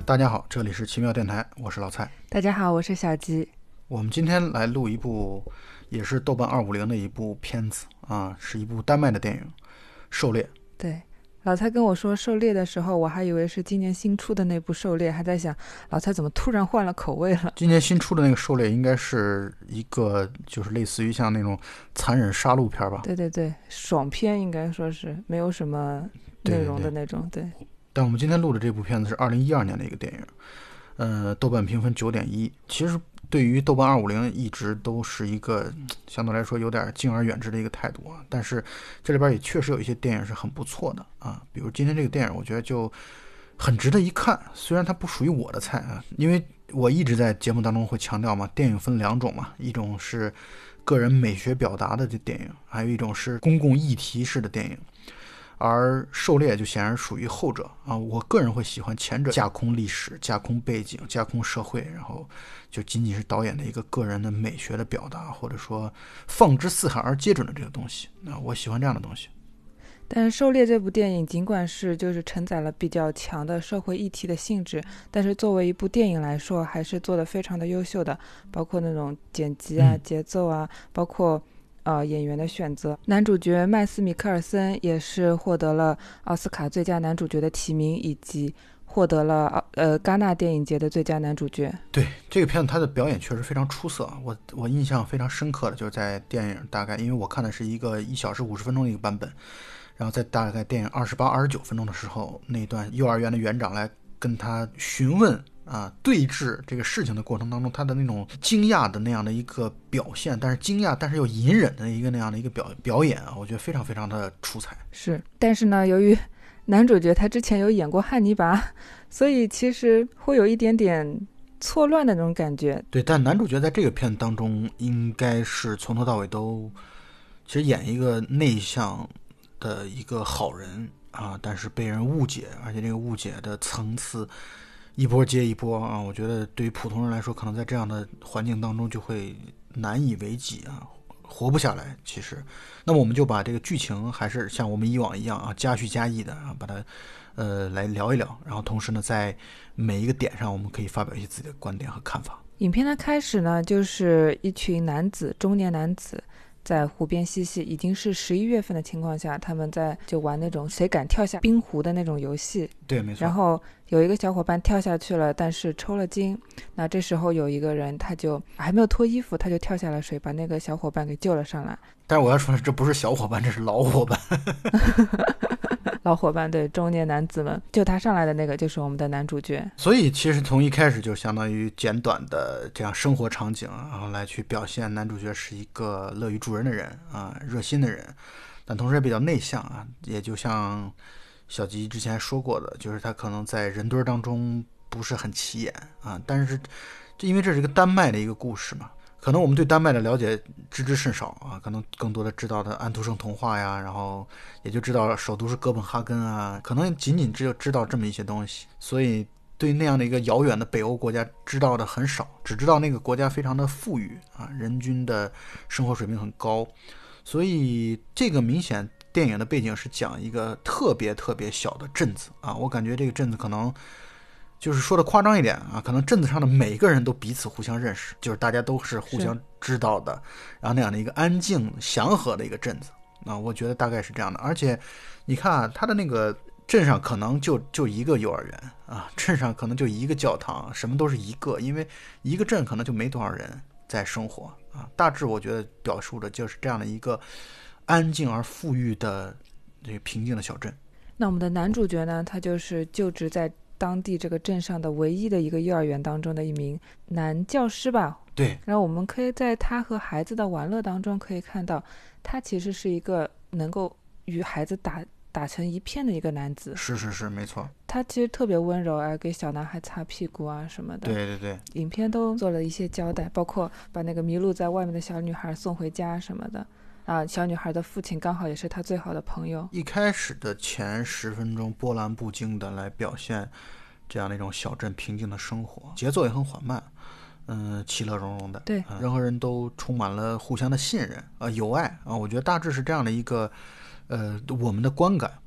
大家好，这里是奇妙电台，我是老蔡。 大家好，我是小吉。 我们今天来录一部也是豆瓣250的一部片子啊，是一部丹麦的电影《狩猎》。 对，老蔡跟我说《狩猎》的时候，我还以为是今年新出的那部《狩猎》，还在想老蔡怎么突然换了口味了。 今年新出的那个《狩猎》应该是一个就是类似于像那种残忍杀戮片吧？ 对对对，爽片应该说是没有什么内容的那种。对。 但我们今天录的这部片子是2012年的一个电影，豆瓣评分9.1。其实对于豆瓣250一直都是一个相对来说有点敬而远之的一个态度啊，但是这里边也确实有一些电影是很不错的啊，比如今天这个电影，我觉得就很值得一看。虽然它不属于我的菜啊，因为我一直在节目当中会强调嘛，电影分两种嘛，一种是个人美学表达的电影，还有一种是公共议题式的电影。而狩猎就显然属于后者啊，我个人会喜欢前者，架空历史、架空背景、架空社会，然后就仅仅是导演的一个个人的美学的表达，或者说放之四海而皆准的这个东西。那我喜欢这样的东西。 但是《狩猎》这部电影尽管是就是承载了比较强的社会议题的性质，但是作为一部电影来说，还是做得非常的优秀的，包括那种剪辑啊、节奏啊，包括演员的选择。男主角麦斯·米克尔森也是获得了奥斯卡最佳男主角的提名，以及获得了戛纳电影节的最佳男主角。 对，这个片子他的表演确实非常出色，我印象非常深刻的就是在电影大概，因为我看的是一个1小时50分钟的一个版本，然后在大概电影28、29分钟的时候，那段幼儿园的园长来跟他询问对峙这个事情的过程当中，他的那种惊讶的那样的一个表现，但是惊讶但是又隐忍的一个那样的一个表演啊，我觉得非常非常的出彩。 是，但是呢，由于男主角他之前有演过汉尼拔，所以其实会有一点点错乱的那种感觉。 对，但男主角在这个片子当中应该是从头到尾都其实演一个内向的一个好人啊，但是被人误解，而且这个误解的层次一波接一波啊，我觉得对于普通人来说，可能在这样的环境当中就会难以为继啊，活不下来。其实，那么我们就把这个剧情还是像我们以往一样啊，加叙加意的啊，把它来聊一聊，然后同时呢，在每一个点上我们可以发表一些自己的观点和看法。 影片的开始呢，就是一群中年男子在湖边嬉戏，已经是11月份的情况下，他们在就玩那种谁敢跳下冰湖的那种游戏。 对，没错。 然后有一个小伙伴跳下去了，但是抽了筋。那这时候有一个人，他就还没有脱衣服，他就跳下了水，把那个小伙伴给救了上来。 但是我要说，这不是小伙伴，这是老伙伴。 老伙伴，对，中年男子们救他上来的那个就是我们的男主角。 所以其实从一开始就相当于简短的这样生活场景，然后来去表现男主角是一个乐于助人的人啊，热心的人，但同时也比较内向啊，也就像小吉之前说过的，就是他可能在人堆当中不是很起眼啊，但是因为这是一个丹麦的一个故事嘛，可能我们对丹麦的了解知甚少啊，可能更多的知道的安徒生童话呀，然后也就知道首都是哥本哈根啊，可能仅仅只有知道这么一些东西，所以对那样的一个遥远的北欧国家知道的很少，只知道那个国家非常的富裕啊，人均的生活水平很高，所以这个明显电影的背景是讲一个特别特别小的镇子啊，我感觉这个镇子可能就是说的夸张一点啊，可能镇子上的每个人都彼此互相认识，就是大家都是互相知道的，然后那样的一个安静祥和的一个镇子啊，我觉得大概是这样的。而且你看啊，他的那个镇上可能就一个幼儿园啊，镇上可能就一个教堂，什么都是一个，因为一个镇可能就没多少人在生活啊。大致我觉得表述的就是这样的一个安静而富裕的这个平静的小镇。 那我们的男主角呢，他就是就职在当地这个镇上的唯一的一个幼儿园当中的一名男教师吧。 对， 然后我们可以在他和孩子的玩乐当中可以看到，他其实是一个能够与孩子打成一片的一个男子。 是，没错。 他其实特别温柔啊，给小男孩擦屁股啊什么的。 对， 影片都做了一些交代，包括把那个迷路在外面的小女孩送回家什么的。啊，小女孩的父亲刚好也是她最好的朋友。 一开始的前10分钟波澜不惊的来表现这样的一种小镇平静的生活，节奏也很缓慢，其乐融融的。 对， 人和人都充满了互相的信任友爱啊，我觉得大致是这样的一个我们的观感。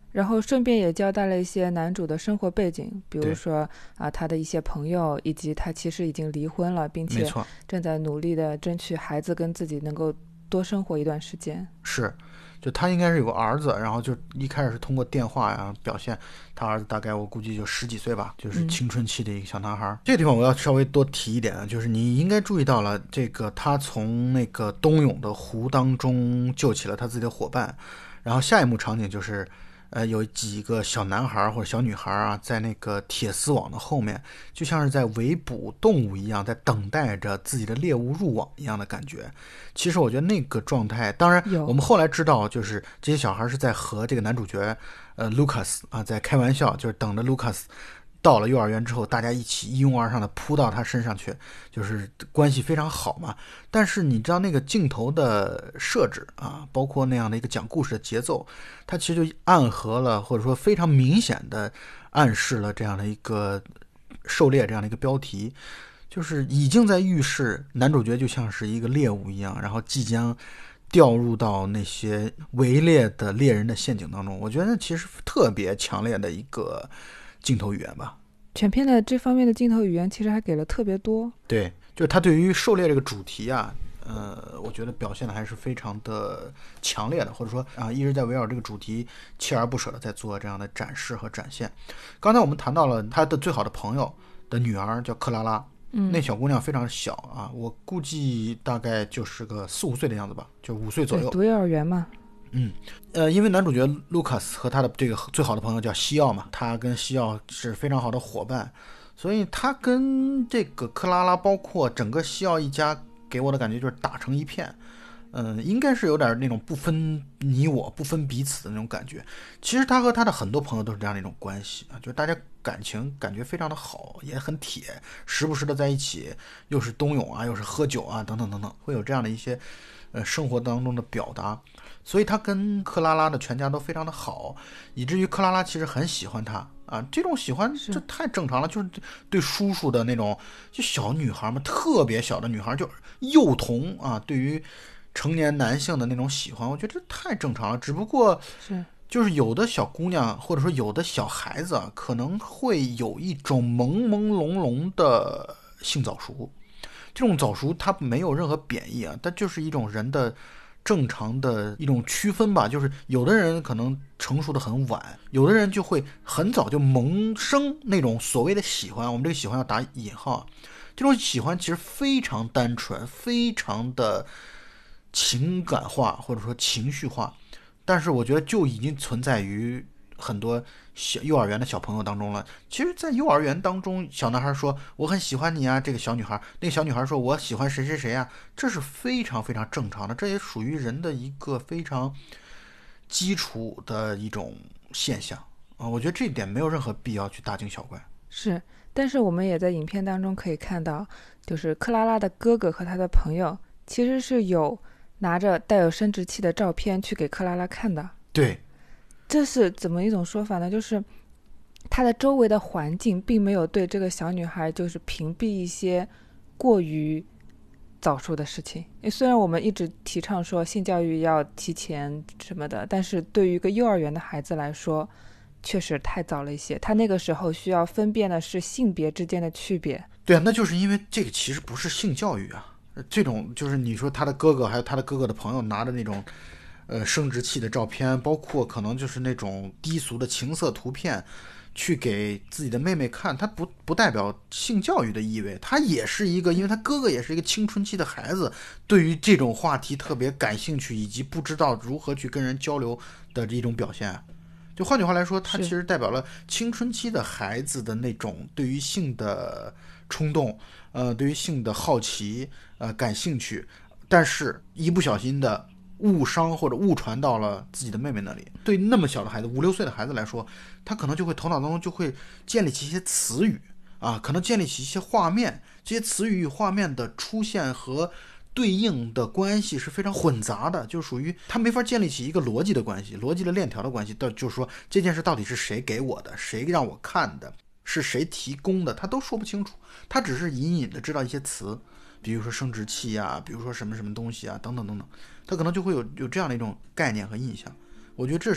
然后顺便也交代了一些男主的生活背景，比如说他的一些朋友，以及他其实已经离婚了，并且正在努力的争取孩子跟自己能够多生活一段时间。 是，就他应该是有个儿子，然后就一开始是通过电话呀表现他儿子大概我估计就10几岁吧，就是青春期的一个小男孩。这个地方我要稍微多提一点，就是你应该注意到了，这个他从那个冬泳的湖当中救起了他自己的伙伴，然后下一幕场景就是有几个小男孩或者小女孩啊，在那个铁丝网的后面，就像是在围捕动物一样，在等待着自己的猎物入网一样的感觉。其实我觉得那个状态，当然我们后来知道，就是这些小孩是在和这个男主角Lucas 啊在开玩笑，就是等着 Lucas 到了幼儿园之后，大家一起一拥而上的扑到他身上去，就是关系非常好嘛。但是你知道那个镜头的设置啊，包括那样的一个讲故事的节奏，它其实就暗合了，或者说非常明显的暗示了这样的一个狩猎这样的一个标题，就是已经在预示男主角就像是一个猎物一样，然后即将掉入到那些围猎的猎人的陷阱当中。我觉得其实特别强烈的一个镜头语言吧。 全片的这方面的镜头语言其实还给了特别多。 对，就是他对于狩猎这个主题啊，我觉得表现的还是非常的强烈的，或者说啊，一直在围绕这个主题锲而不舍的在做这样的展示和展现。刚才我们谈到了他的最好的朋友的女儿叫克拉拉，那小姑娘非常小啊，我估计大概就是个4、5岁的样子吧，就5岁左右。 读幼儿园嘛。 因为男主角卢卡斯和他的这个最好的朋友叫西奥嘛，他跟西奥是非常好的伙伴，所以他跟这个克拉拉，包括整个西奥一家，给我的感觉就是打成一片。应该是有点那种不分你我、不分彼此的那种感觉。其实他和他的很多朋友都是这样的一种关系啊，就是大家感情感觉非常的好，也很铁，时不时的在一起，又是冬泳啊，又是喝酒啊，等等等等，会有这样的一些生活当中的表达。所以他跟克拉拉的全家都非常的好，以至于克拉拉其实很喜欢他啊。这种喜欢这太正常了，就是对叔叔的那种，就小女孩嘛，特别小的女孩，就幼童啊，对于成年男性的那种喜欢，我觉得这太正常了。只不过就是有的小姑娘或者说有的小孩子啊，可能会有一种朦朦胧胧的性早熟。这种早熟它没有任何贬义啊，它就是一种人的正常的一种区分吧。就是有的人可能成熟的很晚，有的人就会很早就萌生那种所谓的喜欢，我们这个喜欢要打引号，这种喜欢其实非常单纯，非常的情感化或者说情绪化，但是我觉得就已经存在于很多幼儿园的小朋友当中了。其实在幼儿园当中，小男孩说我很喜欢你啊，这个小女孩，那个小女孩说我喜欢谁谁谁啊，这是非常非常正常的，这也属于人的一个非常基础的一种现象啊。我觉得这一点没有任何必要去大惊小怪。 是，但是我们也在影片当中可以看到，就是克拉拉的哥哥和他的朋友其实是有拿着带有生殖器的照片去给克拉拉看的。 对， 这是怎么一种说法呢？就是他的周围的环境并没有对这个小女孩就是屏蔽一些过于早熟的事情。虽然我们一直提倡说性教育要提前什么的，但是对于一个幼儿园的孩子来说确实太早了一些，他那个时候需要分辨的是性别之间的区别。 对啊，那就是因为这个其实不是性教育啊，这种就是你说他的哥哥还有他的哥哥的朋友拿着那种生殖器的照片，包括可能就是那种低俗的情色图片去给自己的妹妹看，它不代表性教育的意味，他也是一个，因为他哥哥也是一个青春期的孩子，对于这种话题特别感兴趣，以及不知道如何去跟人交流的这种表现。就换句话来说，它其实代表了青春期的孩子的那种对于性的冲动，对于性的好奇，感兴趣，但是一不小心的误伤或者误传到了自己的妹妹那里。对那么小的孩子，5、6岁的孩子来说，他可能就会头脑当中就会建立起一些词语啊，可能建立起一些画面，这些词语与画面的出现和对应的关系是非常混杂的，就属于他没法建立起一个逻辑的关系，逻辑的链条的关系，就是说这件事到底是谁给我的，谁让我看的，是谁提供的，他都说不清楚，他只是隐隐的知道一些词，比如说生殖器啊，比如说什么什么东西啊，等等等等，他可能就会有这样的一种概念和印象。我觉得这是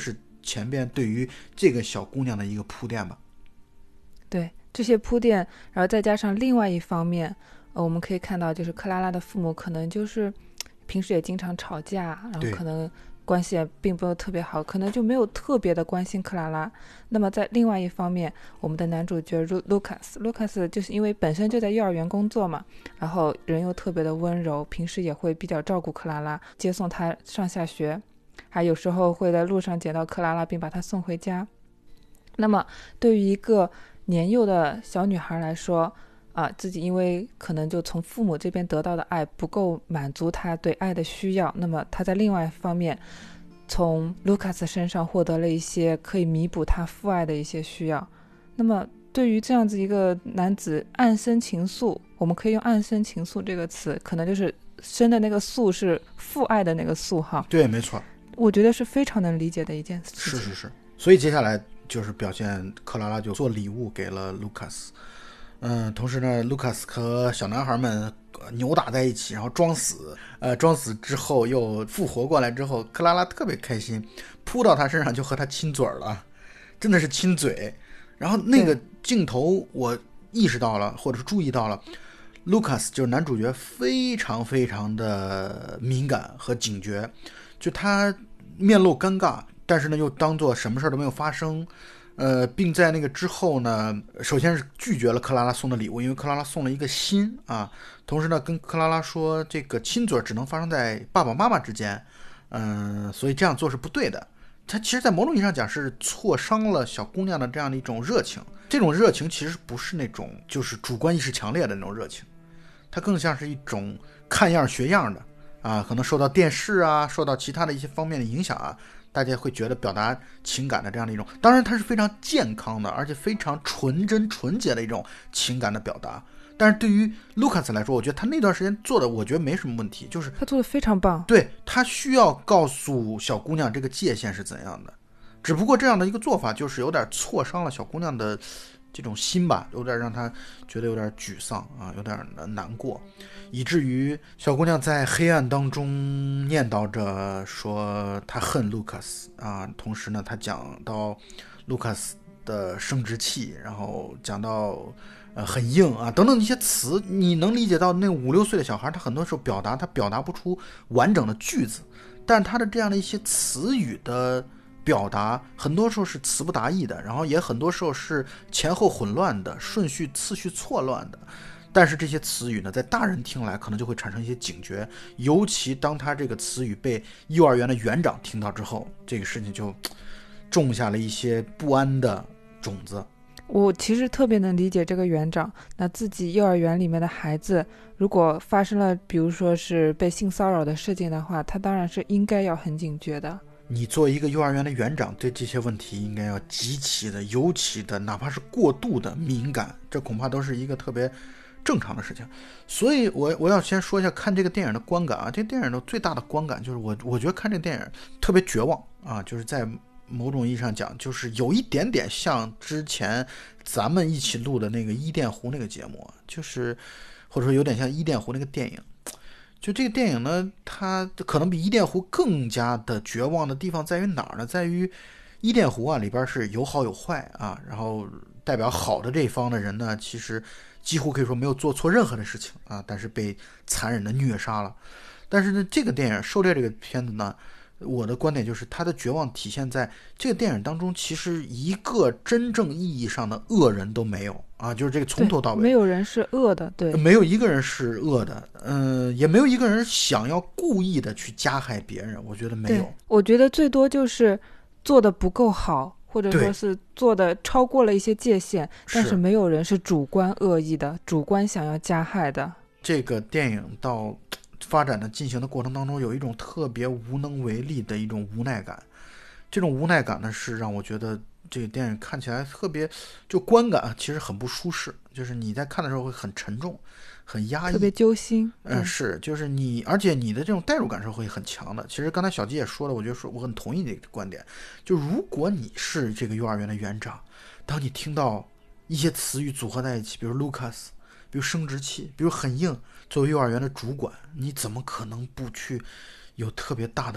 前边对于这个小姑娘的一个铺垫吧。 对，这些铺垫，然后再加上另外一方面，我们可以看到，就是克拉拉的父母可能就是平时也经常吵架，然后可能关系也并不是特别好，可能就没有特别的关心克拉拉。那么在另外一方面，我们的男主角卢卡斯就是因为本身就在幼儿园工作嘛，然后人又特别的温柔，平时也会比较照顾克拉拉，接送她上下学，还有时候会在路上捡到克拉拉并把她送回家。那么对于一个年幼的小女孩来说自己因为可能就从父母这边得到的爱不够满足她对爱的需要，那么她在另外一方面从卢卡斯身上获得了一些可以弥补她父爱的一些需要。那么对于这样子一个男子暗生情愫，我们可以用暗生情愫这个词，可能就是生的那个愫是父爱的那个愫哈。 对，没错， 我觉得是非常能理解的一件事情。 是，所以接下来就是表现克拉拉就做礼物给了卢卡斯。同时呢，卢卡斯和小男孩们扭打在一起，然后装死之后又复活过来之后，克拉拉特别开心，扑到他身上就和他亲嘴了，真的是亲嘴。然后那个镜头我意识到了，或者是注意到了，卢卡斯就是男主角非常非常的敏感和警觉，就他面露尴尬，但是呢又当做什么事都没有发生。并在那个之后呢，首先是拒绝了克拉拉送的礼物，因为克拉拉送了一个心啊。同时呢，跟克拉拉说，这个亲嘴只能发生在爸爸妈妈之间，所以这样做是不对的。他其实，在某种意义上讲，是挫伤了小姑娘的这样的一种热情。这种热情其实不是那种就是主观意识强烈的那种热情，它更像是一种看样学样的啊，可能受到电视啊，受到其他的一些方面的影响啊。大家会觉得表达情感的这样的一种，当然它是非常健康的，而且非常纯真纯洁的一种情感的表达。但是对于卢卡斯来说，我觉得他那段时间做的，我觉得没什么问题，就是他做的非常棒。 对，他需要告诉小姑娘这个界限是怎样的，只不过这样的一个做法就是有点挫伤了小姑娘的这种心吧，有点让她觉得有点沮丧啊，有点难过，以至于小姑娘在黑暗当中念叨着说她恨卢卡斯啊。同时呢，她讲到卢卡斯的生殖器，然后讲到很硬啊等等一些词，你能理解到那5、6岁的小孩，他很多时候他表达不出完整的句子，但他的这样的一些词语的表达很多时候是词不达意的，然后也很多时候是前后混乱的，顺序次序错乱的。但是这些词语呢，在大人听来可能就会产生一些警觉，尤其当他这个词语被幼儿园的园长听到之后，这个事情就种下了一些不安的种子。 我其实特别能理解这个园长，那自己幼儿园里面的孩子如果发生了比如说是被性骚扰的事情的话，他当然是应该要很警觉的。 你作为一个幼儿园的园长，对这些问题应该要极其的尤其的哪怕是过度的敏感，这恐怕都是一个特别正常的事情。所以我要先说一下看这个电影的观感啊，这个电影的最大的观感就是我觉得看这个电影特别绝望啊，就是在某种意义上讲，就是有一点点像之前咱们一起录的那个伊甸湖那个节目，就是或者说有点像伊甸湖那个电影。就这个电影呢，它可能比伊甸湖更加的绝望的地方在于哪儿呢？在于伊甸湖啊里边是有好有坏啊，然后代表好的这一方的人呢，其实几乎可以说没有做错任何的事情啊，但是被残忍的虐杀了。但是呢，这个电影《狩猎》这个片子呢，我的观点就是它的绝望体现在这个电影当中，其实一个真正意义上的恶人都没有啊，就是这个从头到尾没有人是恶的，对， 没有一个人是恶的，也没有一个人想要故意的去加害别人，我觉得没有。 我觉得最多就是做的不够好，或者说是做的超过了一些界限，但是没有人是主观恶意的，主观想要加害的。 这个电影到发展的进行的过程当中，有一种特别无能为力的一种无奈感，这种无奈感呢，是让我觉得这个电影看起来特别，就观感其实很不舒适，就是你在看的时候会很沉重，很压抑， 特别揪心。 是，就是你，而且你的这种代入感是会很强的。其实刚才小吉也说了，我觉得我很同意这个观点，就如果你是这个幼儿园的园长，当你听到一些词语组合在一起，比如 Lucas， 比如生殖器，比如很硬，作为幼儿园的主管，你怎么可能不去有特别大的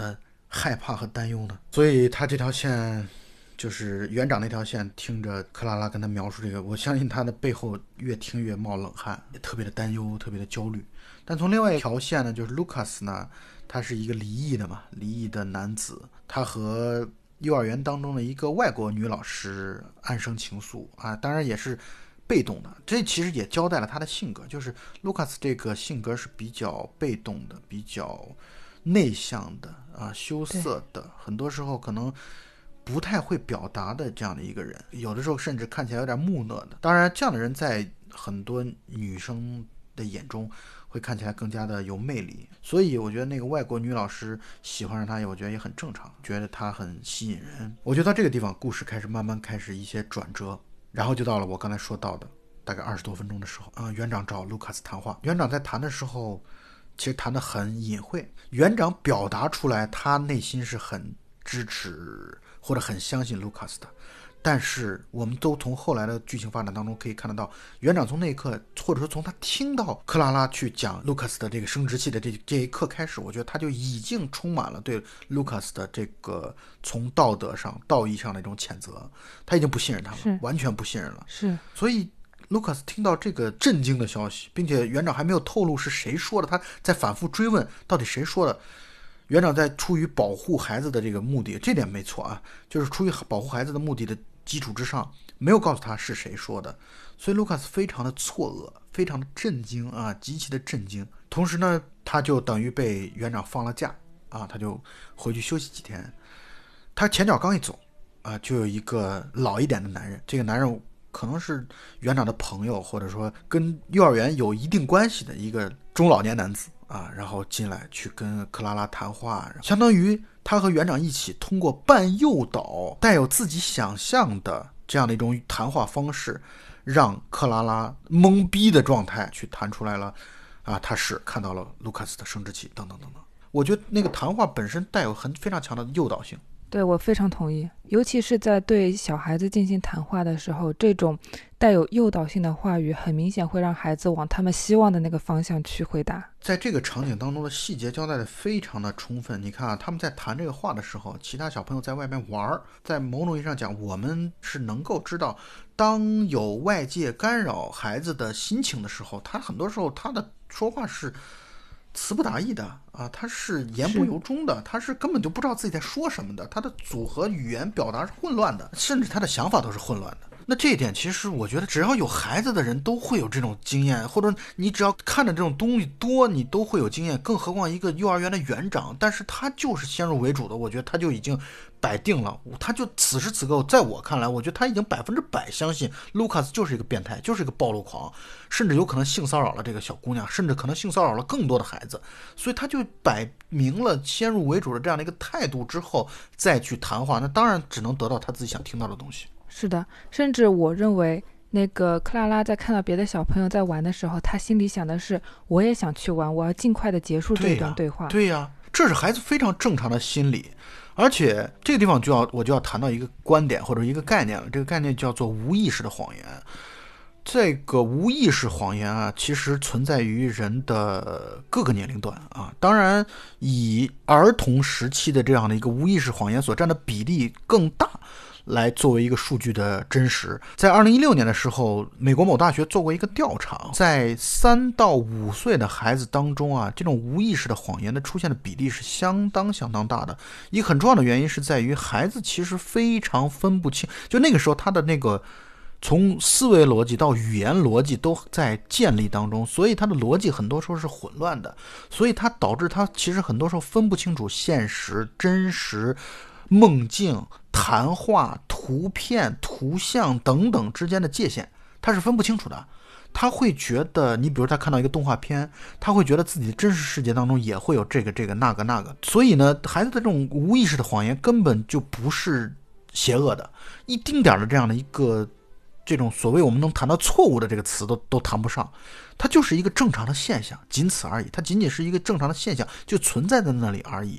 害怕和担忧呢？所以他这条线就是园长那条线，听着克拉拉跟他描述这个，我相信他的背后越听越冒冷汗，也特别的担忧，特别的焦虑。但从另外一条线呢，就是卢卡斯呢，他是一个离异的男子，他和幼儿园当中的一个外国女老师暗生情愫啊，当然也是被动的。这其实也交代了他的性格，就是卢卡斯这个性格是比较被动的，比较内向的啊，羞涩的，很多时候可能不太会表达的这样的一个人，有的时候甚至看起来有点木讷的。当然，这样的人在很多女生的眼中会看起来更加的有魅力，所以我觉得那个外国女老师喜欢上他，我觉得也很正常，觉得他很吸引人。我觉得到这个地方，故事慢慢开始一些转折，然后就到了我刚才说到的大概20多分钟的时候啊，园长找卢卡斯谈话。园长在谈的时候，其实谈得很隐晦，园长表达出来他内心是很支持或者很相信卢卡斯的，但是我们都从后来的剧情发展当中可以看得到，园长从那一刻，或者说从他听到克拉拉去讲卢卡斯的这个生殖器的这一刻开始，我觉得他就已经充满了对卢卡斯的这个从道德上道义上的一种谴责，他已经不信任他了，完全不信任了。 是， 所以卢卡斯听到这个震惊的消息，并且园长还没有透露是谁说的，他在反复追问到底谁说的。园长在出于保护孩子的这个目的，这点没错啊，就是出于保护孩子的目的的基础之上，没有告诉他是谁说的，所以卢卡斯非常的错愕，非常的震惊啊，极其的震惊。同时呢，他就等于被园长放了假啊，他就回去休息几天。他前脚刚一走啊，就有一个老一点的男人，这个男人可能是园长的朋友，或者说跟幼儿园有一定关系的一个中老年男子啊，然后进来去跟克拉拉谈话，相当于他和园长一起通过半诱导、带有自己想象的这样的一种谈话方式，让克拉拉懵逼的状态去谈出来了啊，他是看到了卢卡斯的生殖器等等等等。我觉得那个谈话本身带有非常强的诱导性。 对，我非常同意，尤其是在对小孩子进行谈话的时候，这种带有诱导性的话语很明显会让孩子往他们希望的那个方向去回答。 在这个场景当中的细节交代的非常的充分，你看啊，他们在谈这个话的时候，其他小朋友在外面玩，在某种意义上讲，我们是能够知道，当有外界干扰孩子的心情的时候，他很多时候他的说话是词不达意的啊，他是言不由衷的，他是根本就不知道自己在说什么的，他的组合语言表达是混乱的，甚至他的想法都是混乱的。那这一点其实我觉得只要有孩子的人都会有这种经验，或者你只要看着这种东西多，你都会有经验，更何况一个幼儿园的园长，但是他就是先入为主的，我觉得他就已经摆定了，他就此时此刻在我看来，我觉得他已经100%相信卢卡斯就是一个变态，就是一个暴露狂，甚至有可能性骚扰了这个小姑娘，甚至可能性骚扰了更多的孩子，所以他就摆明了先入为主的这样的一个态度之后再去谈话，那当然只能得到他自己想听到的东西。 是的，甚至我认为那个克拉拉在看到别的小朋友在玩的时候，他心里想的是我也想去玩，我要尽快的结束这段对话。 对呀，这是孩子非常正常的心理。而且这个地方我就要谈到一个观点或者一个概念了，这个概念叫做无意识的谎言。这个无意识谎言啊，其实存在于人的各个年龄段啊。当然，以儿童时期的这样的一个无意识谎言所占的比例更大，来作为一个数据的真实。在2016年的时候，美国某大学做过一个调查，在3到5岁的孩子当中啊，这种无意识的谎言的出现的比例是相当大的。一个很重要的原因是在于孩子其实非常分不清，就那个时候他的那个从思维逻辑到语言逻辑都在建立当中，所以他的逻辑很多时候是混乱的，所以它导致他其实很多时候分不清楚现实、真实、梦境、谈话、图片、图像等等之间的界限，他是分不清楚的。他会觉得，你比如他看到一个动画片，他会觉得自己真实世界当中也会有这个那个，所以呢，孩子的这种无意识的谎言根本就不是邪恶的，一丁点的这样的一个这种所谓我们能谈到错误的这个词都谈不上，它就是一个正常的现象，仅此而已，它仅仅是一个正常的现象，就存在在那里而已。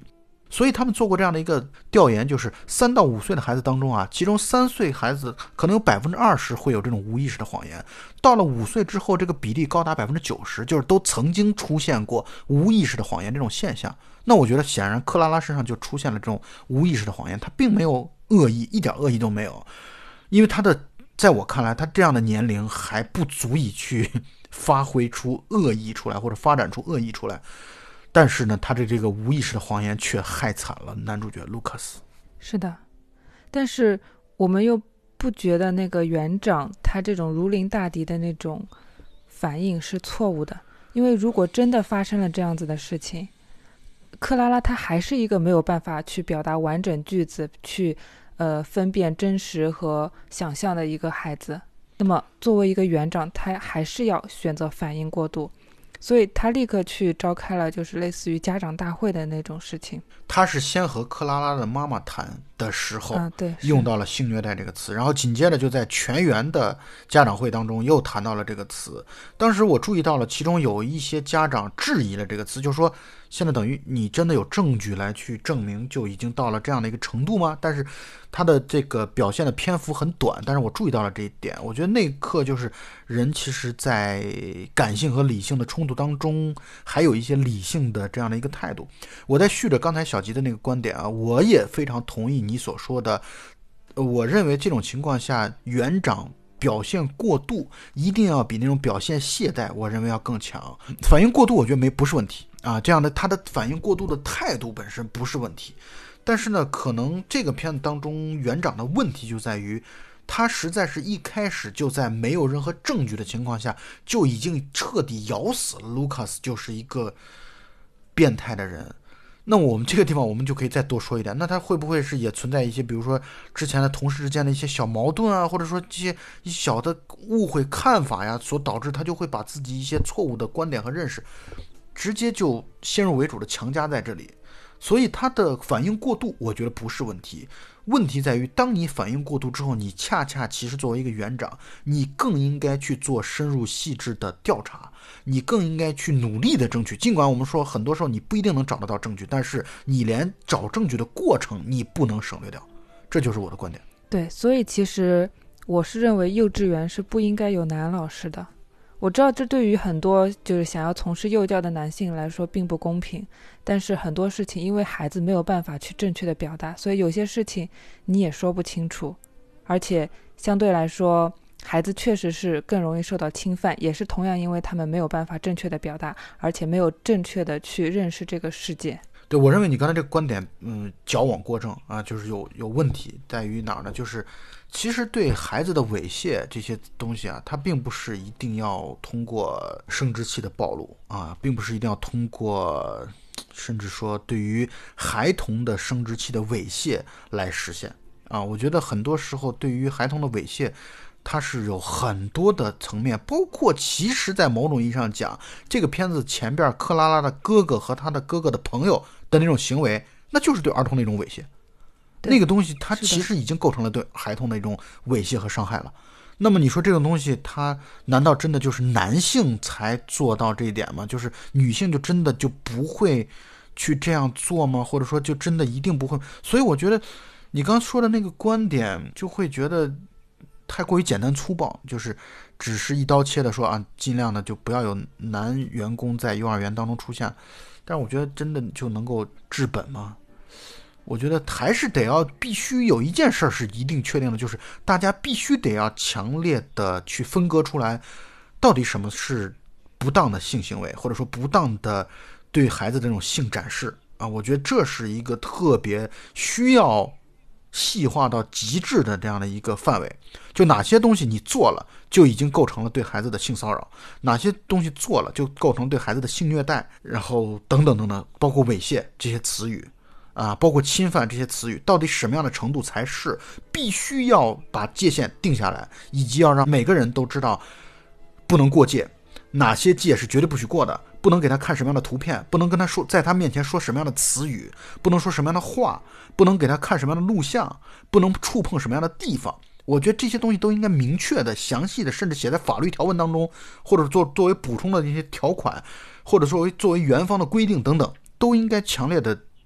所以他们做过这样的一个调研，就是3到5岁的孩子当中啊，其中3岁孩子可能有20%会有这种无意识的谎言，到了5岁之后，这个比例高达90%，就是都曾经出现过无意识的谎言这种现象。那我觉得显然克拉拉身上就出现了这种无意识的谎言，他并没有恶意，一点恶意都没有，因为在我看来，他这样的年龄还不足以去发挥出恶意出来，或者发展出恶意出来。但是呢，他的这个无意识的谎言却害惨了男主角卢卡斯。 是的，但是我们又不觉得那个园长他这种如临大敌的那种反应是错误的，因为如果真的发生了这样子的事情，克拉拉她还是一个没有办法去表达完整句子，去分辨真实和想象的一个孩子。那么作为一个园长，他还是要选择反应过度，所以他立刻去召开了就是类似于家长大会的那种事情。 他是先和克拉拉的妈妈谈的时候， 对， 用到了性虐待这个词，然后紧接着就在全员的家长会当中又谈到了这个词。当时我注意到了，其中有一些家长质疑了这个词，就说现在等于你真的有证据来去证明就已经到了这样的一个程度吗？但是他的这个表现的篇幅很短，但是我注意到了这一点。我觉得那一刻就是人其实在感性和理性的冲突当中还有一些理性的这样的一个态度。我在续着刚才小吉的那个观点啊，我也非常同意你所说的，我认为这种情况下园长表现过度一定要比那种表现懈怠我认为要更强。反应过度我觉得不是问题啊，这样的他的反应过度的态度本身不是问题。但是呢，可能这个片子当中园长的问题就在于他实在是一开始就在没有任何证据的情况下就已经彻底咬死了卢卡斯就是一个变态的人。那我们这个地方我们就可以再多说一点，那他会不会是也存在一些比如说之前的同事之间的一些小矛盾啊，或者说这些一小的误会看法呀，所导致他就会把自己一些错误的观点和认识直接就先入为主的强加在这里。所以他的反应过度我觉得不是问题，问题在于当你反应过度之后，你恰恰其实作为一个园长，你更应该去做深入细致的调查，你更应该去努力的争取。尽管我们说很多时候你不一定能找得到证据，但是你连找证据的过程你不能省略掉，这就是我的观点。 对，所以其实我是认为幼稚园是不应该有男老师的。我知道这对于很多就是想要从事幼教的男性来说并不公平，但是很多事情因为孩子没有办法去正确的表达，所以有些事情你也说不清楚，而且相对来说孩子确实是更容易受到侵犯，也是同样因为他们没有办法正确的表达，而且没有正确的去认识这个世界。 对，我认为你刚才这个观点矫枉过正啊，就是有问题在于哪儿呢？就是其实对孩子的猥亵这些东西啊，它并不是一定要通过生殖器的暴露啊，并不是一定要通过甚至说对于孩童的生殖器的猥亵来实现啊。我觉得很多时候对于孩童的猥亵它是有很多的层面，包括其实在某种意义上讲，这个片子前边克拉拉的哥哥和他的哥哥的朋友的那种行为，那就是对儿童的一种猥亵，那个东西它其实已经构成了对孩童的一种猥亵和伤害了。那么你说这种东西它难道真的就是男性才做到这一点吗？就是女性就真的就不会去这样做吗？或者说就真的一定不会？所以我觉得你刚说的那个观点就会觉得太过于简单粗暴，就是只是一刀切的说啊，尽量的就不要有男员工在幼儿园当中出现。但是我觉得真的就能够治本吗？我觉得还是必须有一件事是一定确定的，就是大家必须得要强烈的去分割出来，到底什么是不当的性行为，或者说不当的对孩子的这种性展示啊。我觉得这是一个特别需要细化到极致的这样的一个范围，就哪些东西你做了就已经构成了对孩子的性骚扰，哪些东西做了就构成对孩子的性虐待，然后等等等等，包括猥亵这些词语啊，包括侵犯这些词语，到底什么样的程度才是必须要把界限定下来，以及要让每个人都知道不能过界，哪些界是绝对不许过的，不能给他看什么样的图片，不能跟他说在他面前说什么样的词语，不能说什么样的话，不能给他看什么样的录像，不能触碰什么样的地方。我觉得这些东西都应该明确的、详细的，甚至写在法律条文当中，或者作为补充的这些条款，或者作为原方的规定等等，都应该强烈的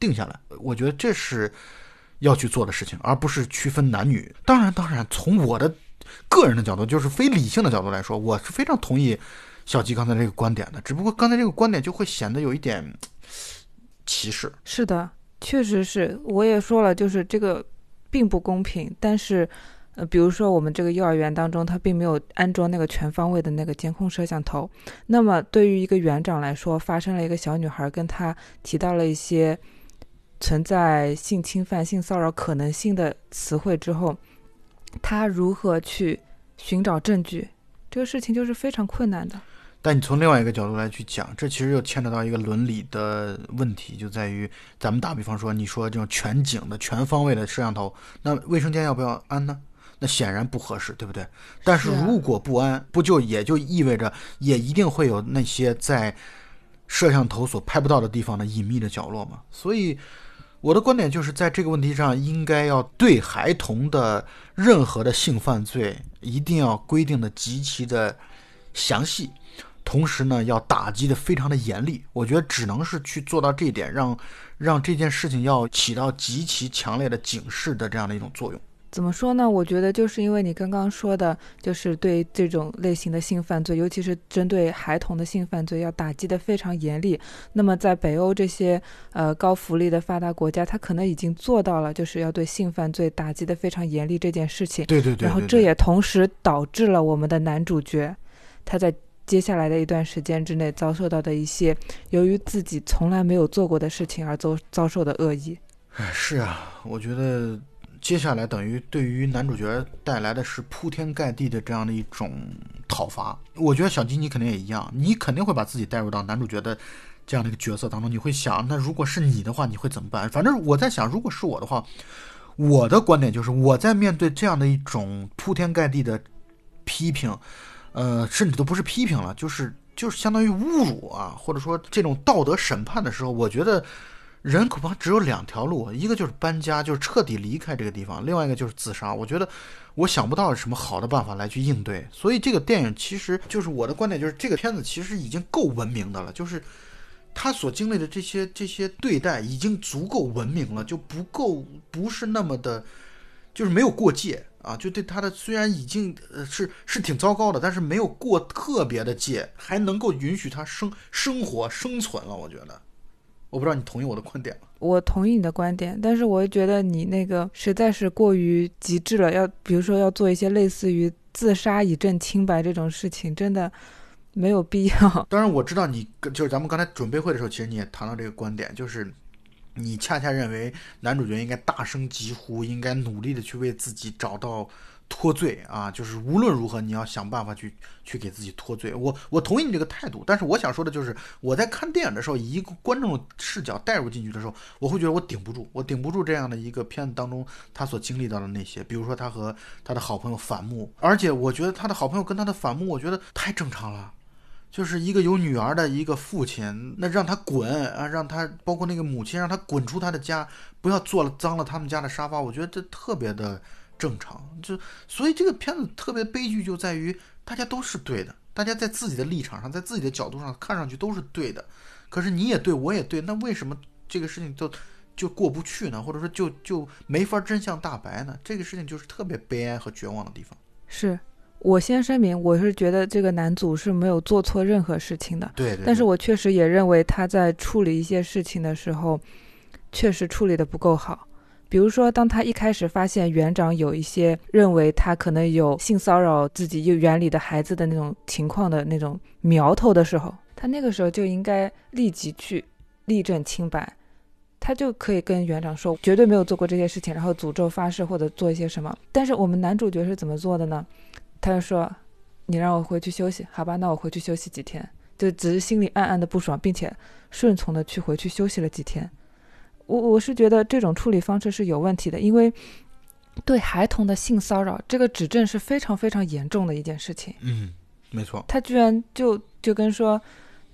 定下来。我觉得这是要去做的事情，而不是区分男女。当然从我的个人的角度，就是非理性的角度来说，我是非常同意小吉刚才这个观点的，只不过刚才这个观点就会显得有一点歧视。 是的，确实是，我也说了，就是这个并不公平。但是比如说我们这个幼儿园当中，它并没有安装那个全方位的那个监控摄像头，那么对于一个园长来说，发生了一个小女孩跟他提到了一些存在性侵犯、性骚扰可能性的词汇之后，他如何去寻找证据，这个事情就是非常困难的。 但你从另外一个角度来去讲，这其实又牵扯到一个伦理的问题，就在于咱们打比方说，你说这种全景的全方位的摄像头，那卫生间要不要安呢？那显然不合适，对不对？但是如果不安，不就也就意味着也一定会有那些在摄像头所拍不到的地方的隐秘的角落嘛？所以我的观点就是在这个问题上，应该要对孩童的任何的性犯罪一定要规定的极其的详细，同时呢要打击的非常的严厉。我觉得只能是去做到这一点，让这件事情要起到极其强烈的警示的这样的一种作用。 怎么说呢？我觉得就是因为你刚刚说的，就是对这种类型的性犯罪，尤其是针对孩童的性犯罪，要打击的非常严厉。那么在北欧这些高福利的发达国家，他可能已经做到了，就是要对性犯罪打击的非常严厉这件事情。 对。 然后这也同时导致了我们的男主角，他在接下来的一段时间之内遭受到的一些由于自己从来没有做过的事情而遭受的恶意。 是啊，我觉得接下来等于对于男主角带来的是铺天盖地的这样的一种讨伐。我觉得小鸡你肯定也一样，你肯定会把自己带入到男主角的这样的一个角色当中，你会想，那如果是你的话你会怎么办？反正我在想，如果是我的话，我的观点就是我在面对这样的一种铺天盖地的批评，甚至都不是批评了，就是相当于侮辱啊，或者说这种道德审判的时候，我觉得人恐怕只有两条路，一个就是搬家，就是彻底离开这个地方，另外一个就是自杀。我觉得我想不到什么好的办法来去应对，所以这个电影其实就是我的观点，就是这个片子其实已经够文明的了，就是他所经历的这些对待已经足够文明了，就不是那么的，就是没有过界啊，就对他的虽然已经是挺糟糕的，但是没有过特别的界，还能够允许他生活生存了，我觉得。我不知道你同意我的观点吗？ 我同意你的观点，但是我觉得你那个实在是过于极致了，比如说要做一些类似于自杀以证清白这种事情，真的没有必要。 当然我知道你就是咱们刚才准备会的时候，其实你也谈到这个观点，就是你恰恰认为男主角应该大声疾呼，应该努力的去为自己找到脱罪啊，就是无论如何你要想办法去给自己脱罪。我同意你这个态度，但是我想说的就是我在看电影的时候，以一个观众的视角带入进去的时候，我会觉得我顶不住这样的一个片子当中他所经历到的那些，比如说他和他的好朋友反目，而且我觉得他的好朋友跟他的反目，我觉得太正常了。就是一个有女儿的一个父亲，那让他滚啊，让他包括那个母亲让他滚出他的家，不要做了脏了他们家的沙发，我觉得这特别的正常。所以这个片子特别悲剧就在于大家都是对的，大家在自己的立场上，在自己的角度上看上去都是对的，可是你也对我也对，那为什么这个事情就过不去呢？或者说就没法真相大白呢？这个事情就是特别悲哀和绝望的地方。 是我先声明，我是觉得这个男主是没有做错任何事情的， 对， 但是我确实也认为他在处理一些事情的时候确实处理的不够好。比如说当他一开始发现园长有一些认为他可能有性骚扰自己园里的孩子的那种情况的那种苗头的时候，他那个时候就应该立即去立证清白，他就可以跟园长说绝对没有做过这些事情，然后诅咒发誓或者做一些什么。但是我们男主角是怎么做的呢？他就说你让我回去休息，好吧，那我回去休息几天，就只是心里暗暗的不爽，并且顺从的去回去休息了几天。我是觉得这种处理方式是有问题的，因为对孩童的性骚扰这个指证是非常非常严重的一件事情。 没错。 他居然就跟说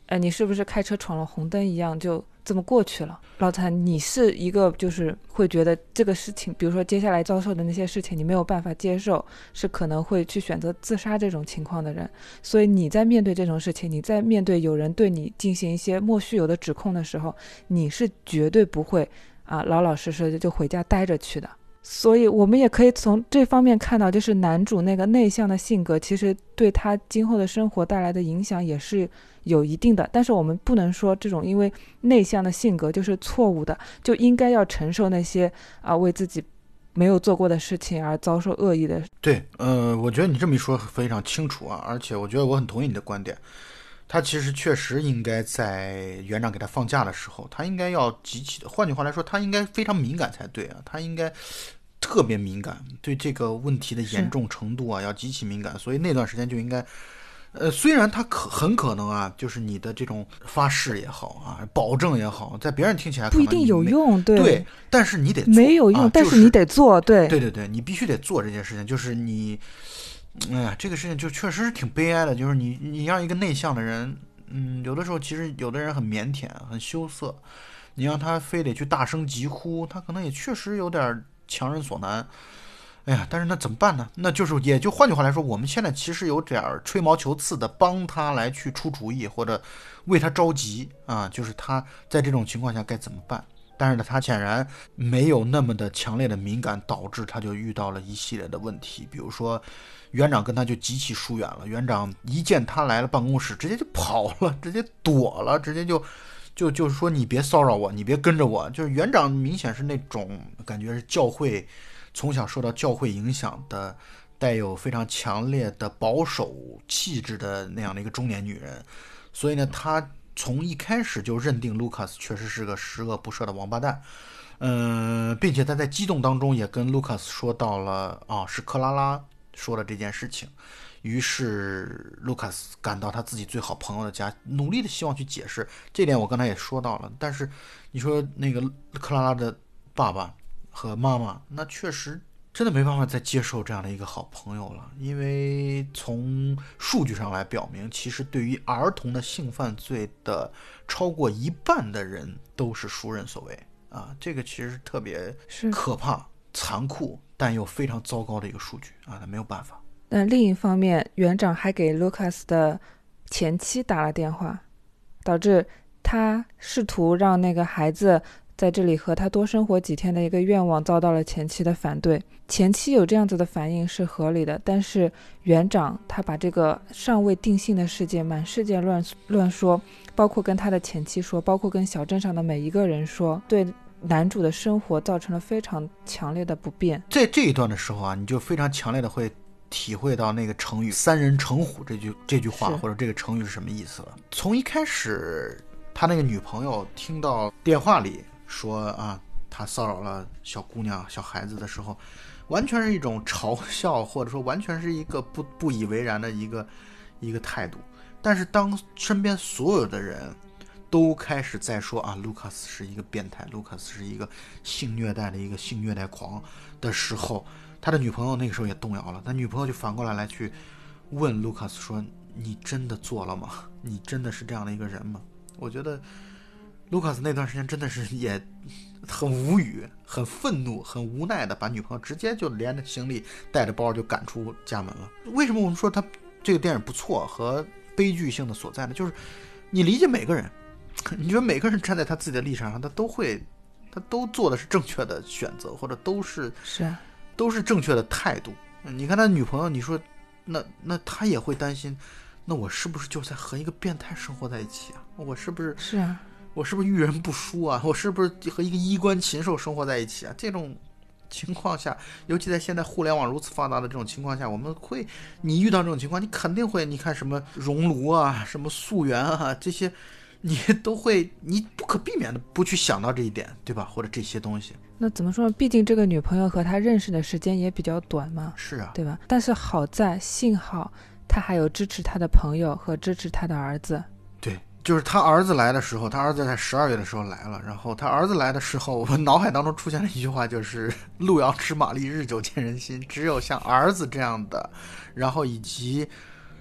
你是不是开车闯了红灯一样就这么过去了。老谭，你是一个就是会觉得这个事情，比如说接下来遭受的那些事情你没有办法接受，是可能会去选择自杀这种情况的人，所以你在面对这种事情，你在面对有人对你进行一些莫须有的指控的时候，你是绝对不会老老实实的就回家待着去的。所以我们也可以从这方面看到，就是男主那个内向的性格其实对他今后的生活带来的影响也是有一定的，但是我们不能说这种因为内向的性格就是错误的，就应该要承受那些为自己没有做过的事情而遭受恶意的。 对，我觉得你这么一说非常清楚啊，而且我觉得我很同意你的观点。他其实确实应该在园长给他放假的时候，他应该要极其的，换句话来说，他应该非常敏感才对啊，他应该特别敏感，对这个问题的严重程度要极其敏感，所以那段时间就应该，虽然他很可能就是你的这种发誓也好保证也好，在别人听起来可能不一定有用， 对，但是你得做没有用，但是你得做，对， 你必须得做这件事情，就是你。这个事情就确实是挺悲哀的，就是你让一个内向的人，有的时候其实有的人很腼腆很羞涩，你让他非得去大声疾呼，他可能也确实有点强人所难。但是那怎么办呢？那就是也就换句话来说，我们现在其实有点吹毛求疵的帮他来去出主意，或者为他着急就是他在这种情况下该怎么办。但是呢，他显然没有那么的强烈的敏感，导致他就遇到了一系列的问题，比如说园长跟他就极其疏远了，园长一见他来了办公室直接就跑了，直接躲了，直接就是说你别骚扰我，你别跟着我。就是园长明显是那种感觉是教会从小受到教会影响的，带有非常强烈的保守气质的那样的一个中年女人，所以呢他从一开始就认定卢卡斯确实是个十恶不赦的王八蛋，并且他在激动当中也跟卢卡斯说到了是克拉拉说了这件事情，于是卢卡斯赶到他自己最好朋友的家，努力的希望去解释这点。我刚才也说到了，但是你说那个克拉拉的爸爸和妈妈，那确实真的没办法再接受这样的一个好朋友了，因为从数据上来表明，其实对于儿童的性犯罪的超过一半的人都是熟人所为这个其实特别可怕、残酷，但又非常糟糕的一个数据那没有办法。 但另一方面，园长还给卢卡斯的前妻打了电话，导致他试图让那个孩子在这里和他多生活几天的一个愿望遭到了前妻的反对。前妻有这样子的反应是合理的，但是园长他把这个尚未定性的事件满世界乱说，包括跟他的前妻说，包括跟小镇上的每一个人说，对男主的生活造成了非常强烈的不便。 在这一段的时候你就非常强烈的会体会到那个成语三人成虎这句话或者这个成语是什么意思了。从一开始他那个女朋友听到电话里说他骚扰了小姑娘小孩子的时候，完全是一种嘲笑，或者说完全是一个不以为然的一个态度。但是当身边所有的人都开始在说卢卡斯是一个变态，卢卡斯是一个性虐待的一个性虐待狂的时候，他的女朋友那个时候也动摇了。他女朋友就反过来去问卢卡斯说，你真的做了吗？你真的是这样的一个人吗？我觉得卢卡斯那段时间真的是也很无语，很愤怒，很无奈的把女朋友直接就连着行李带着包就赶出家门了。为什么我们说他这个电影不错和悲剧性的所在呢？就是你理解每个人，你觉得每个人站在他自己的立场上，他都做的是正确的选择，或者都是正确的态度。你看他女朋友，你说那他也会担心，那我是不是就在和一个变态生活在一起我是不是我是不是遇人不淑我是不是和一个衣冠禽兽生活在一起这种情况下，尤其在现在互联网如此发达的这种情况下，你遇到这种情况，你肯定会，你看什么熔炉什么溯源这些，你不可避免的不去想到这一点，对吧？或者这些东西。 那怎么说呢？毕竟这个女朋友和他认识的时间也比较短嘛， 是对吧？但是幸好他还有支持他的朋友和支持他的儿子。 对，就是他儿子来的时候，他儿子在12月的时候来了，然后他儿子来的时候，我脑海当中出现了一句话，就是路遥知马力，日久见人心，只有像儿子这样的，然后以及